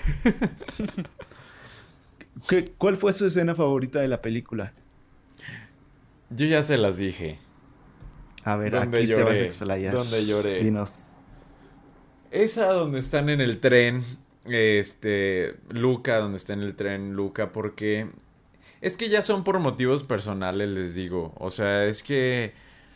¿Qué- ¿Cuál fue su escena favorita de la película? Yo ya se las dije. A ver, Donde aquí te vas a lloré. explayar. Donde lloré. Dinos. Esa donde están en el tren, este, Luca, donde está en el tren Luca, porque es que ya son por motivos personales, les digo. O sea, es que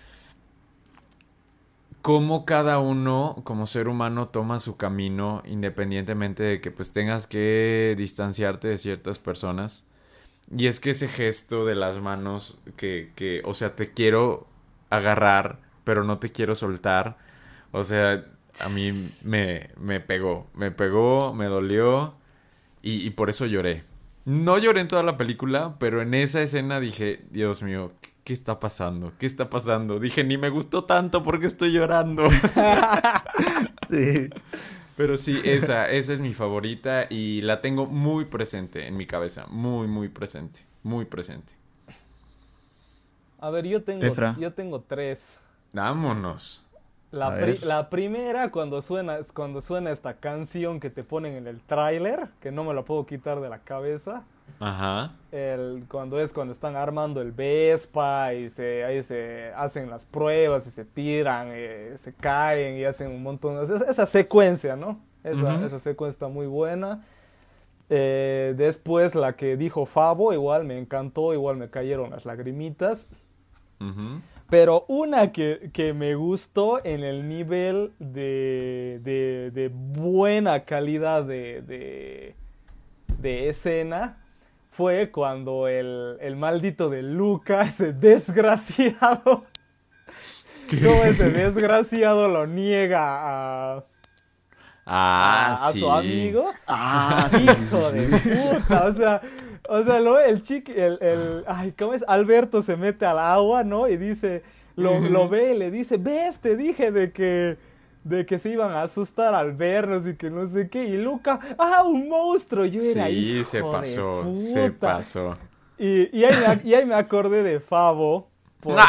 cómo cada uno como ser humano toma su camino independientemente de que pues tengas que distanciarte de ciertas personas. Y es que ese gesto de las manos que, que, o sea, te quiero agarrar, pero no te quiero soltar. O sea, a mí me, me pegó, me pegó, me dolió y, y por eso lloré. No lloré en toda la película, pero en esa escena dije, Dios mío, ¿qué, qué está pasando? ¿Qué está pasando? Dije, ni me gustó tanto porque estoy llorando. Sí. Pero sí, esa, esa es mi favorita y la tengo muy presente en mi cabeza. Muy, muy presente. Muy presente. A ver, yo tengo, Efra. yo tengo tres. Vámonos. La, pri- la primera, cuando suena, cuando suena esta canción que te ponen en el tráiler, que no me la puedo quitar de la cabeza. Ajá. El, cuando es cuando están armando el Vespa y se, ahí se hacen las pruebas y se tiran, eh, se caen y hacen un montón. Esa, esa secuencia, ¿no? Esa, uh-huh. esa secuencia está muy buena. Eh, después la que dijo Fabo, igual me encantó, igual me cayeron las lagrimitas. Uh-huh. Pero una que, que me gustó en el nivel de, de, de buena calidad de, de, de escena fue cuando el, el maldito de Luca, ese desgraciado, como ese desgraciado lo niega a, ah, a, a sí. su amigo. Ah, hijo de puta, o sea... O sea, lo, el chiqui, el, el, ay, ¿cómo es? Alberto se mete al agua, ¿no? Y dice, lo, uh-huh. lo ve y le dice, ves, te dije de que, de que se iban a asustar al vernos y que no sé qué. Y Luca, ah, un monstruo. Yo era sí, hijo se pasó, de puta. se pasó. Y, y, ahí me, y ahí me acordé de Fabo, porque...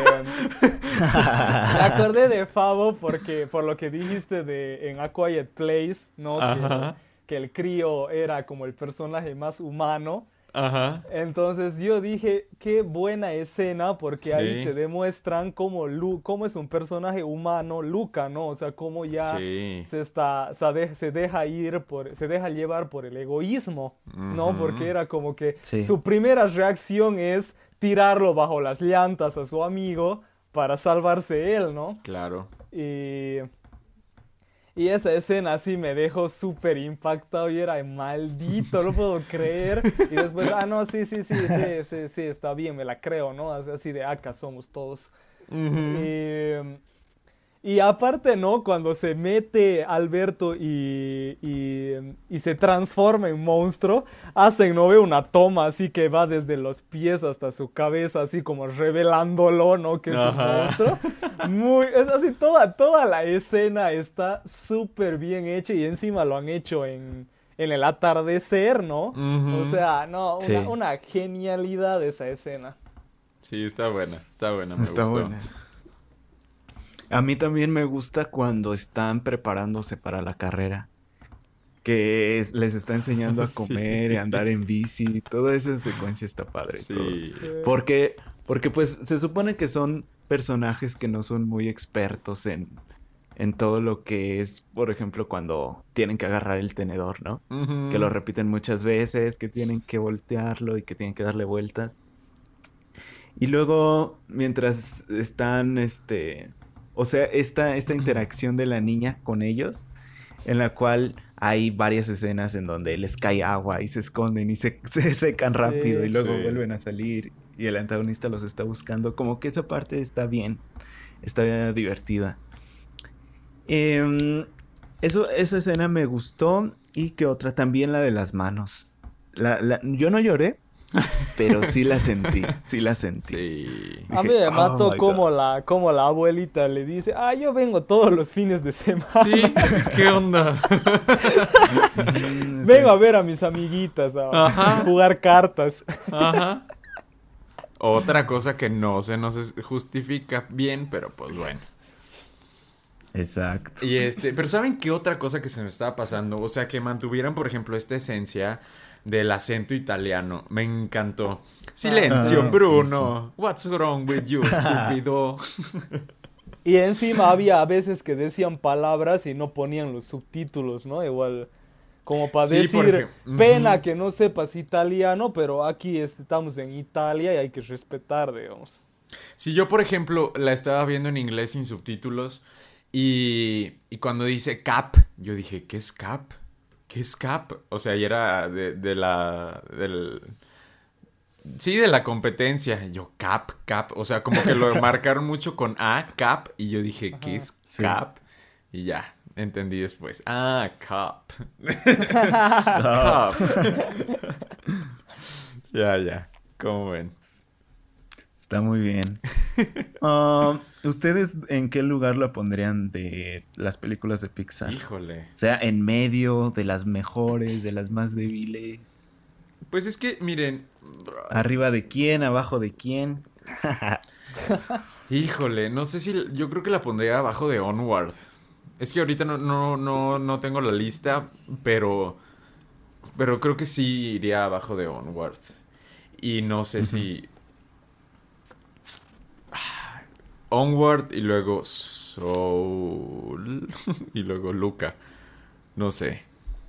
me acordé de Fabo porque, por lo que dijiste de en A Quiet Place, ¿no? Ajá. Que, que el crío era como el personaje más humano. Ajá. Entonces yo dije, qué buena escena, porque sí. ahí te demuestran cómo, Lu, cómo es un personaje humano, Luca, ¿no? O sea, cómo ya sí. se está, se, de, se deja ir, por, se deja llevar por el egoísmo, uh-huh. ¿no? Porque era como que sí. su primera reacción es tirarlo bajo las llantas a su amigo para salvarse él, ¿no? Claro. Y... Y esa escena así me dejó súper impactado y era maldito, no puedo creer. Y después, ah, no, sí, sí, sí, sí, sí, sí, está bien, me la creo, ¿no? Así de acá somos todos. Uh-huh. Y, y aparte, ¿no? Cuando se mete Alberto y, y, y se transforma en monstruo, hacen, ¿no? Ve una toma así que va desde los pies hasta su cabeza, así como revelándolo, ¿no? Que es un monstruo. Muy, es así, toda, toda la escena está súper bien hecha y encima lo han hecho en, en el atardecer, ¿no? Uh-huh. O sea, no, una, sí. una genialidad esa escena. Sí, está buena, está buena, me está gustó. Buena. A mí también me gusta cuando están preparándose para la carrera. Que es, les está enseñando a comer sí. y a andar en bici. Toda esa secuencia está padre. Sí. sí. Porque, porque pues se supone que son personajes que no son muy expertos en, en todo lo que es, por ejemplo, cuando tienen que agarrar el tenedor, ¿no? Uh-huh. Que lo repiten muchas veces, que tienen que voltearlo y que tienen que darle vueltas. Y luego, mientras están, este... O sea, esta, esta interacción de la niña con ellos, en la cual hay varias escenas en donde les cae agua y se esconden y se, se secan rápido sí, y luego sí. vuelven a salir y el antagonista los está buscando. Como que esa parte está bien, está divertida. Eh, eso, esa escena me gustó y que otra también la de las manos. La, la, yo no lloré. Pero sí la sentí, sí la sentí. Sí. Dije, a mí me mató oh como la, como la abuelita le dice, ah, yo vengo todos los fines de semana. Sí, ¿qué onda? Vengo a ver a mis amiguitas, a Ajá. jugar cartas. Ajá. Otra cosa que no se nos justifica bien, pero pues bueno. Exacto. Y este, pero ¿saben qué otra cosa que se me estaba pasando? O sea, que mantuvieran, por ejemplo, esta esencia del acento italiano. Me encantó. Silencio, ah, Bruno. Sí. What's wrong with you, estúpido? Y encima había a veces que decían palabras y no ponían los subtítulos, ¿no? Igual, como para sí, decir, pena uh-huh. que no sepas italiano, pero aquí estamos en Italia y hay que respetar, digamos. Si yo, por ejemplo, la estaba viendo en inglés sin subtítulos y, y cuando dice cap, yo dije, ¿qué es cap? ¿Qué es cap? O sea, y era de, de la... Del... Sí, de la competencia. Yo, cap, cap. O sea, como que lo marcaron mucho con A, cap. Y yo dije, ¿qué es sí. cap? Y ya, entendí después. Ah, cap. Cap. Ya, ya. ¿Cómo ven? Está muy bien. Uh, ¿Ustedes en qué lugar la pondrían de las películas de Pixar? Híjole. O sea, en medio, de las mejores, de las más débiles. Pues es que, miren... ¿Arriba de quién? ¿Abajo de quién? Híjole, no sé si... Yo creo que la pondría abajo de Onward. Es que ahorita no, no, no, no tengo la lista, pero... Pero creo que sí iría abajo de Onward. Y no sé uh-huh. si... Onward y luego Soul y luego Luca. No sé.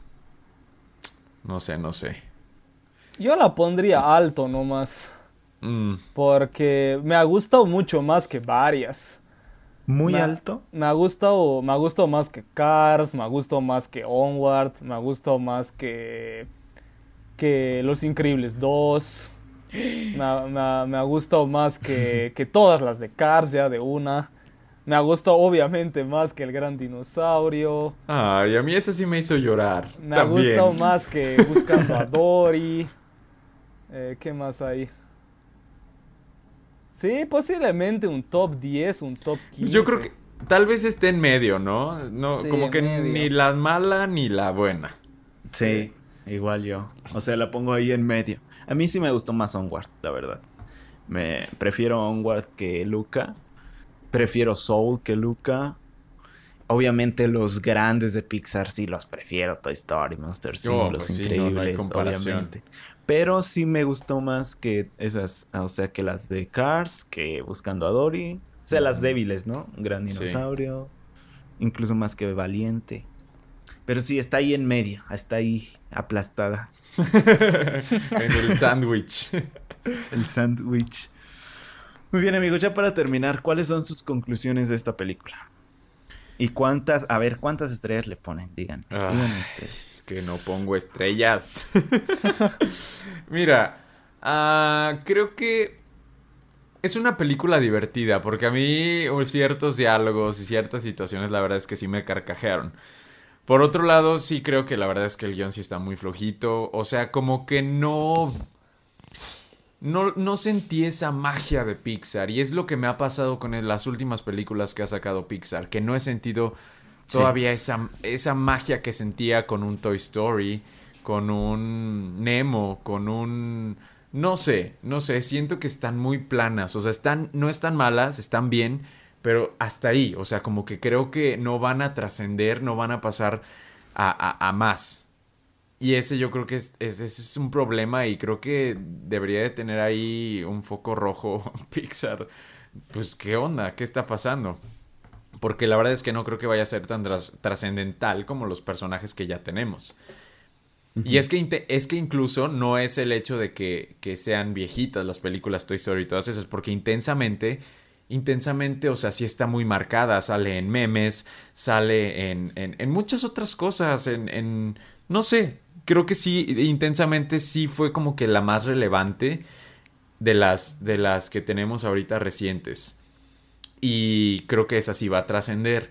No sé, no sé. Yo la pondría alto nomás. Mm. Porque me ha gustado mucho más que varias. ¿Muy me, alto? Me ha gustado, me ha gustado más que Cars, me ha gustado más que Onward, me ha gustado más que, que Los Increíbles dos. Me ha, me, ha, me ha gustado más que, que todas las de Cars, ya de una. Me ha gustado obviamente más que El Gran Dinosaurio. Ay, a mí esa sí me hizo llorar. Me también. ha gustado más que Buscando a Dory. Eh, ¿Qué más hay? Sí, posiblemente un top diez, un top quince. Yo creo que tal vez esté en medio, ¿no? no sí, como que medio. Ni la mala ni la buena. Sí, igual yo. O sea, la pongo ahí en medio. A mí sí me gustó más Onward, la verdad. Me prefiero Onward que Luca. Prefiero Soul que Luca. Obviamente los grandes de Pixar sí los prefiero. Toy Story, Monsters, oh, Los pues Increíbles, sí, no, no hay comparación. Obviamente. Pero sí me gustó más que esas, o sea, que las de Cars, que Buscando a Dory. O sea, mm. las débiles, ¿no? Un Gran Dinosaurio. Sí. Incluso más que Valiente. Pero sí, está ahí en medio. Está ahí aplastada. En el sándwich. El sándwich. Muy bien, amigos, ya para terminar, ¿cuáles son sus conclusiones de esta película? ¿Y cuántas, a ver, cuántas estrellas le ponen? Digan, ah, digan ustedes. Que no pongo estrellas. Mira, uh, creo que es una película divertida, porque a mí ciertos diálogos y ciertas situaciones la verdad es que sí me carcajearon. Por otro lado, sí creo que la verdad es que el guión sí está muy flojito. O sea, como que no... No, no sentí esa magia de Pixar. Y es lo que me ha pasado con las últimas películas que ha sacado Pixar. Que no he sentido todavía sí. esa, esa magia que sentía con un Toy Story, con un Nemo, con un... No sé, no sé. Siento que están muy planas. O sea, están, no están malas, están bien... Pero hasta ahí, o sea, como que creo que no van a trascender, no van a pasar a, a, a más. Y ese yo creo que es, es, ese es un problema y creo que debería de tener ahí un foco rojo Pixar. Pues, ¿qué onda? ¿Qué está pasando? Porque la verdad es que no creo que vaya a ser tan tras, trascendental como los personajes que ya tenemos. Uh-huh. Y es que, es que incluso no es el hecho de que, que sean viejitas las películas Toy Story y todas esas, porque intensamente... Intensamente, o sea, sí está muy marcada. Sale en memes, sale en, en, en muchas otras cosas, en, en... No sé, creo que sí, Intensamente sí fue como que la más relevante de las, de las que tenemos ahorita recientes. Y creo que esa sí va a trascender.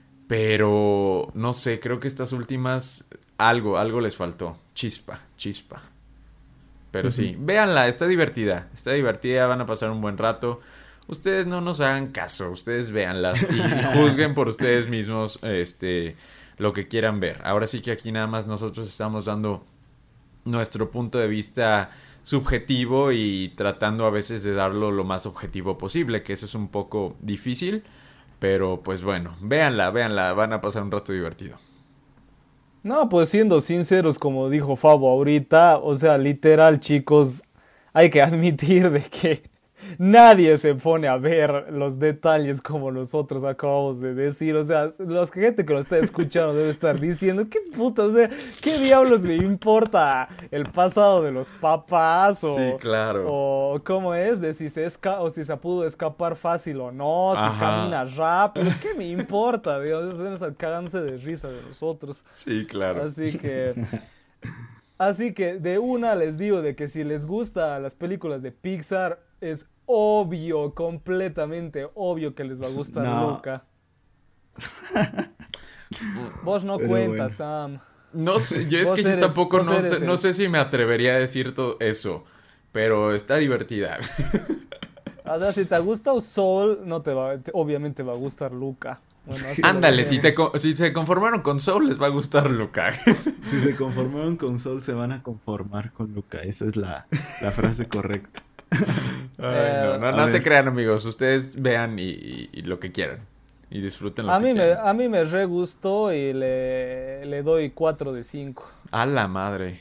Pero, no sé, creo que estas últimas, algo, algo les faltó. Chispa, chispa. Pero uh-huh. sí, véanla, está divertida. Está divertida, van a pasar un buen rato. Ustedes no nos hagan caso, ustedes véanlas y juzguen por ustedes mismos este, lo que quieran ver. Ahora sí que aquí nada más nosotros estamos dando nuestro punto de vista subjetivo y tratando a veces de darlo lo más objetivo posible, que eso es un poco difícil, pero pues bueno, véanla, véanla, van a pasar un rato divertido. No, pues siendo sinceros, como dijo Fabo ahorita, o sea, literal, chicos, hay que admitir de que nadie se pone a ver los detalles como nosotros acabamos de decir. O sea, la gente que nos está escuchando debe estar diciendo, ¿qué puta? O sea, ¿qué diablos le importa el pasado de los papás? O, sí, claro. O cómo es, de si se, esca- o si se pudo escapar fácil o no, si Ajá. camina rápido. ¿Qué me importa? Dios, deben estar cagándose de risa de nosotros. Sí, claro. Así que... Así que de una les digo de que si les gustan las películas de Pixar, es obvio, completamente obvio que les va a gustar no. Luca. Vos no Pero cuentas, bueno. Sam. No sé, yo es que eres, yo tampoco no sé, no sé si me atrevería a decir todo eso, pero está divertida. O sea, si te gusta Soul, no te va, te, obviamente va a gustar Luca. Bueno, ándale, si, te, si se conformaron con Soul, les va a gustar Luca. Si se conformaron con Soul, se van a conformar con Luca. Esa es la, la frase correcta. Ay, no, no, a no se ver. crean, amigos. Ustedes vean y, y- y lo que quieran. Y disfruten lo A que mí, me, quieran. a mí me re gustó y le, le doy cuatro de cinco. A la madre.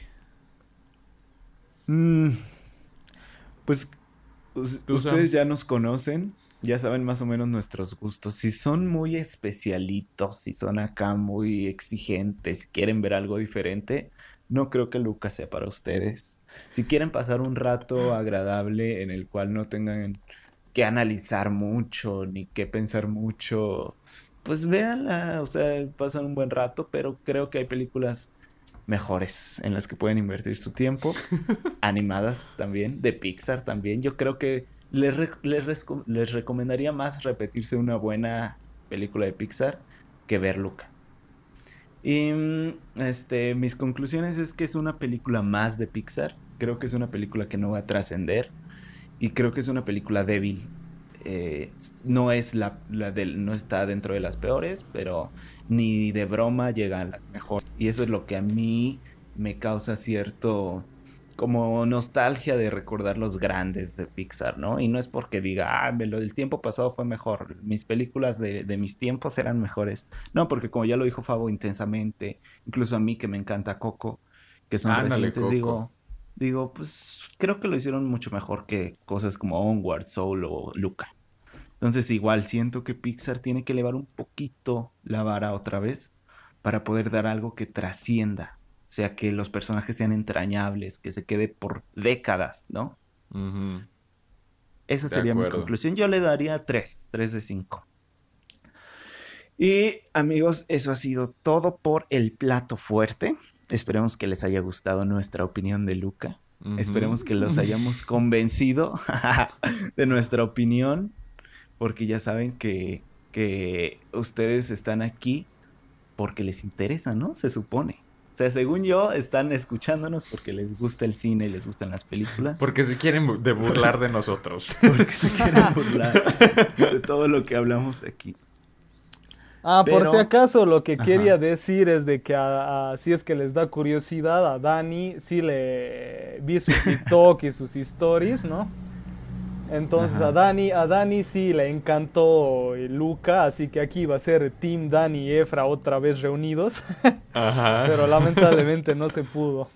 Mm, pues us- Tú, Sam. ustedes ya nos conocen, ya saben más o menos nuestros gustos. Si son muy especialitos, si son acá muy exigentes, quieren ver algo diferente, no creo que Lucas sea para ustedes. Si quieren pasar un rato agradable en el cual no tengan que analizar mucho ni que pensar mucho, pues véanla, o sea, pasan un buen rato, pero creo que hay películas mejores en las que pueden invertir su tiempo, animadas también, de Pixar también. Yo creo que les, re- les, resco- les recomendaría más repetirse una buena película de Pixar que ver Luca. Y mm, este, mis conclusiones es que es una película más de Pixar. Creo que es una película que no va a trascender. Y creo que es una película débil. Eh, s- no es la, la del, no está dentro de las peores, pero ni de broma llega a las mejores. Y eso es lo que a mí me causa cierto como nostalgia de recordar los grandes de Pixar, ¿no? Y no es porque diga, ah, me lo del tiempo pasado fue mejor, mis películas de, de mis tiempos eran mejores. No, porque como ya lo dijo Fabo intensamente, incluso a mí que me encanta Coco, que son Ándale, recientes, Coco. digo, digo, pues creo que lo hicieron mucho mejor que cosas como Onward, Soul o Luca. Entonces igual siento que Pixar tiene que elevar un poquito la vara otra vez para poder dar algo que trascienda. O sea, que los personajes sean entrañables, que se quede por décadas, ¿no? Ujú. Esa De sería mi acuerdo. conclusión. Yo le daría tres, tres de cinco. Y amigos, eso ha sido todo por el plato fuerte. Esperemos que les haya gustado nuestra opinión de Luca. Ujú. Esperemos que los hayamos convencido de nuestra opinión, porque ya saben que, que ustedes están aquí porque les interesa, ¿no? Se supone. O sea, según yo, están escuchándonos porque les gusta el cine y les gustan las películas. Porque se quieren bu- de burlar de nosotros. Porque se quieren burlar de todo lo que hablamos aquí. Ah, por Pero- si acaso lo que Ajá. quería decir es de que a- a- si es que les da curiosidad a Dani, sí le vi su TikTok y sus stories, ¿no? Entonces Ajá. a Dani, a Dani sí le encantó eh, Luca, así que aquí va a ser Team Dani y Efra otra vez reunidos, Ajá. pero lamentablemente no se pudo.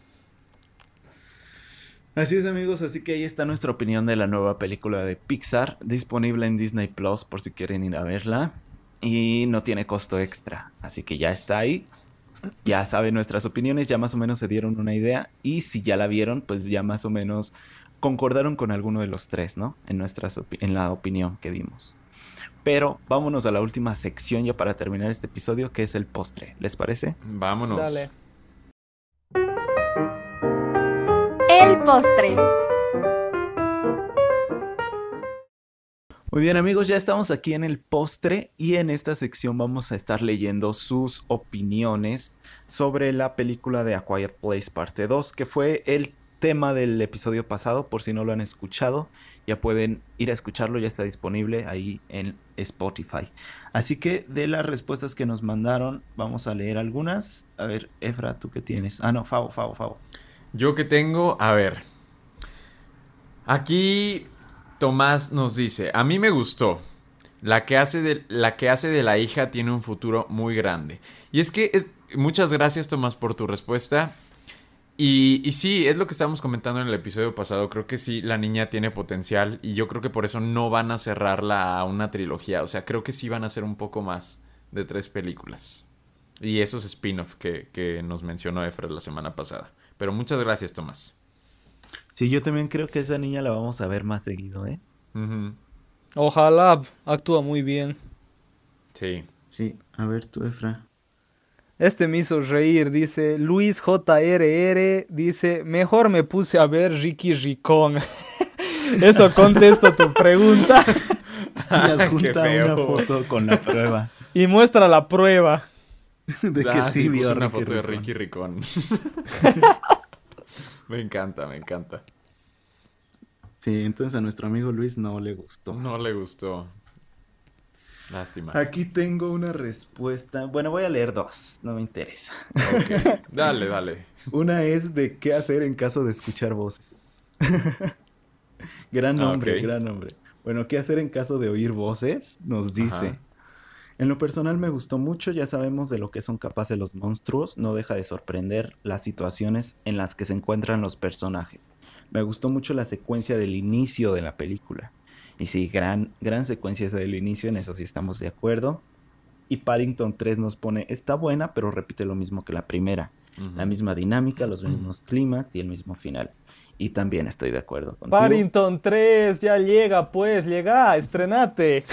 Así es, amigos, así que ahí está nuestra opinión de la nueva película de Pixar, disponible en Disney Plus por si quieren ir a verla. Y no tiene costo extra, así que ya está ahí. Ya saben nuestras opiniones, ya más o menos se dieron una idea. Y si ya la vieron, pues ya más o menos concordaron con alguno de los tres, ¿no? En, nuestras opi- en la opinión que dimos. Pero vámonos a la última sección ya para terminar este episodio, que es el postre. ¿Les parece? Vámonos. Dale. El postre. Muy bien, amigos, ya estamos aquí en el postre y en esta sección vamos a estar leyendo sus opiniones sobre la película de A Quiet Place parte dos, que fue el tema del episodio pasado. Por si no lo han escuchado, ya pueden ir a escucharlo, ya está disponible ahí en Spotify. Así que de las respuestas que nos mandaron, vamos a leer algunas. A ver, Efra, ¿tú qué tienes? Ah, no, Favo, Favo, Favo. Yo que tengo, a ver. Aquí Tomás nos dice, a mí me gustó. La que hace de la que hace de la hija tiene un futuro muy grande. Y es que es- muchas gracias, Tomás, por tu respuesta. Y, y sí, es lo que estábamos comentando en el episodio pasado. Creo que sí, la niña tiene potencial. Y yo creo que por eso no van a cerrarla a una trilogía. O sea, creo que sí van a hacer un poco más de tres películas. Y esos spin-offs que, que nos mencionó Efra la semana pasada. Pero muchas gracias, Tomás. Sí, yo también creo que esa niña la vamos a ver más seguido, ¿eh? Ujú. Ojalá, actúa muy bien. Sí. Sí, a ver tú, Efra. Este me hizo reír, dice Luis J R R, dice, mejor me puse a ver Ricky Ricón. Eso contesta tu pregunta Y adjunta Qué una feo. foto con la prueba y muestra la prueba. de que Ah, sí, sí, vio puso a una Ricky foto de Ricón. Ricky Ricón. Me encanta, me encanta. Sí, entonces a nuestro amigo Luis no le gustó. No le gustó. Lástima. Aquí tengo una respuesta. Bueno, voy a leer dos, no me interesa. Ok. Dale, dale. Una es de qué hacer en caso de escuchar voces. Gran Ah, nombre, ok. gran nombre. Bueno, ¿qué hacer en caso de oír voces? Nos dice. Ajá. En lo personal me gustó mucho, ya sabemos de lo que son capaces los monstruos, no deja de sorprender las situaciones en las que se encuentran los personajes. Me gustó mucho la secuencia del inicio de la película. Y sí, gran, gran secuencia esa del inicio, en eso sí estamos de acuerdo. Y Paddington tres nos pone, está buena, pero repite lo mismo que la primera. Ujú. La misma dinámica, los mismos clímax y el mismo final. Y también estoy de acuerdo contigo. Paddington tres, ya llega, pues, llega, estrenate.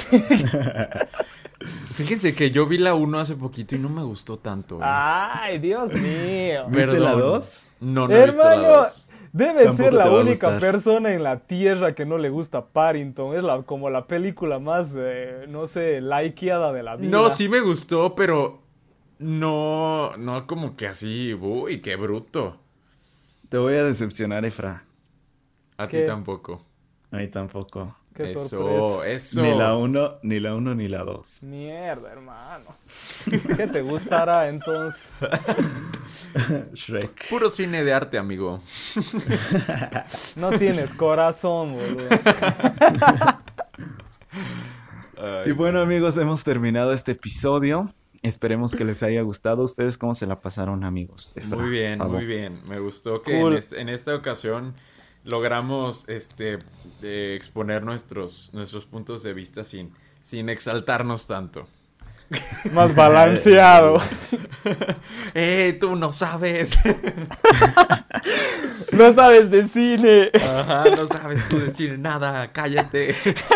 Fíjense que yo vi la uno hace poquito y no me gustó tanto. ¿eh? Ay, Dios mío. ¿Viste Perdón. la dos? No, no he visto la Hermano, dos. debe Tampoco ser la te va a única gustar. persona en la tierra que no le gusta Paddington. Es la, como la película más, eh, no sé, likeada de la vida. No, sí me gustó, pero no, no como que así, uy, qué bruto. Te voy a decepcionar, Efra. A ¿Qué? ti tampoco. A mí tampoco. Qué Eso, sorpresa. eso. Ni la uno, ni la uno, ni la dos. Mierda, hermano. ¿Qué te gustará entonces? Shrek. Puro cine de arte, amigo. No tienes corazón, boludo. Y bueno, amigos, hemos terminado este episodio. Esperemos que les haya gustado. ¿Ustedes cómo se la pasaron, amigos? Efra, Muy bien, Pablo. muy bien. Me gustó que Cool. en, este- en esta ocasión logramos este eh, exponer nuestros, nuestros puntos de vista sin, sin exaltarnos tanto. Más balanceado. ¡Eh, tú no sabes! No sabes de cine. Ajá, no sabes tú decir nada, cállate.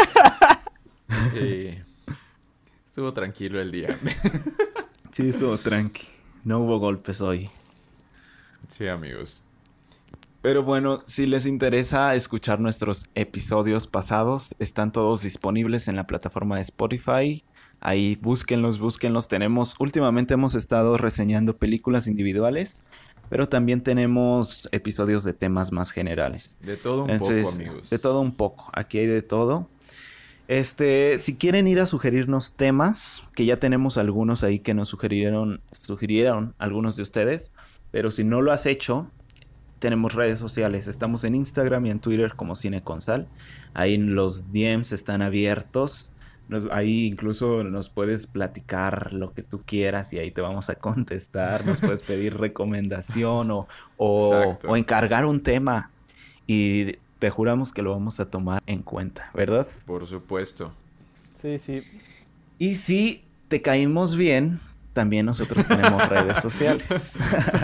Sí. Estuvo tranquilo el día. Sí, estuvo tranqui. No hubo golpes hoy. Sí, amigos. Pero bueno, si les interesa escuchar nuestros episodios pasados, están todos disponibles en la plataforma de Spotify. Ahí búsquenlos, búsquenlos. Tenemos, últimamente hemos estado reseñando películas individuales, pero también tenemos episodios de temas más generales. De todo un Entonces, poco, amigos. de todo un poco. Aquí hay de todo. Este, si quieren ir a sugerirnos temas, que ya tenemos algunos ahí que nos sugirieron, sugirieron algunos de ustedes, pero si no lo has hecho, tenemos redes sociales. Estamos en Instagram y en Twitter como Cine con Sal. Ahí los D Ms están abiertos. Nos- ahí incluso nos puedes platicar lo que tú quieras y ahí te vamos a contestar. Nos puedes pedir recomendación o, o, Exacto. o encargar un tema. Y te juramos que lo vamos a tomar en cuenta, ¿verdad? Por supuesto. Sí, sí. Y si te caímos bien, también nosotros tenemos redes sociales.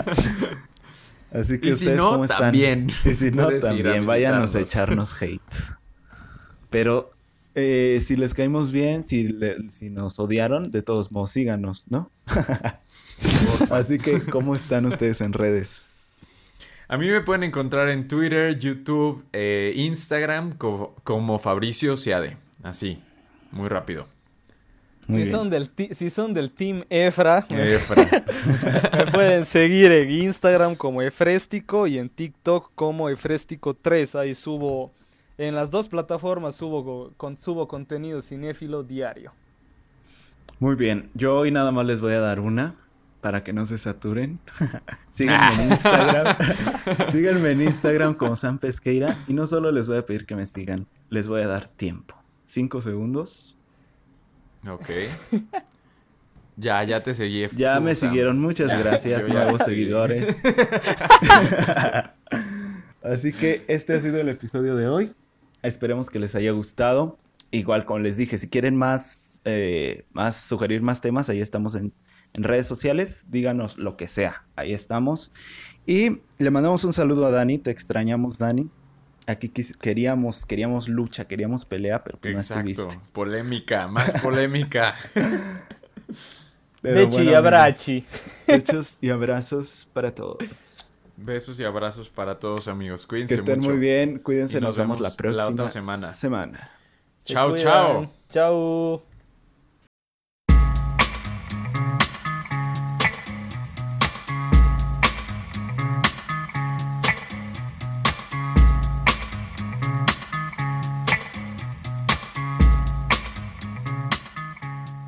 Así que Y si ustedes no, cómo están. también. Y si no, Puedes ir a también váyanos a visitarnos. echarnos hate. Pero eh, si les caímos bien, si, le- si nos odiaron, de todos modos síganos, ¿no? Así que, ¿cómo están ustedes en redes? A mí me pueden encontrar en Twitter, YouTube, eh, Instagram co- como Fabricio Seade. Así, muy rápido. Muy Si bien. son, del ti- si son del Team Efra, me, Efra. me pueden seguir en Instagram como Efréstico y en TikTok como Efréstico tres. Ahí subo, en las dos plataformas subo, go- con, subo contenido cinéfilo diario. Muy bien, yo hoy nada más les voy a dar una para que no se saturen. Síganme en Instagram. Síganme en Instagram como Sam Pesqueira. Y no solo les voy a pedir que me sigan, les voy a dar tiempo. Cinco segundos. Ok. Ya, ya te seguí. F- Ya tú, me Sam. siguieron, muchas gracias, Yo ya nuevos te seguí. seguidores. Así que este ha sido el episodio de hoy. Esperemos que les haya gustado. Igual, como les dije, si quieren más, eh, más sugerir más temas, ahí estamos en, en redes sociales. Díganos lo que sea, ahí estamos. Y le mandamos un saludo a Dani. Te extrañamos, Dani. Aquí quis- queríamos, queríamos lucha, queríamos pelea, pero pues no Exacto. estuviste. Polémica, más polémica. Pero Bechi bueno, y amigos, abrachi. Hechos y abrazos para todos. Besos y abrazos para todos, amigos. Que Cuídense estén mucho. muy bien, cuídense, Y nos, nos vemos vemos la próxima la otra semana. semana. Se Chao, cuidan. chao. Chao.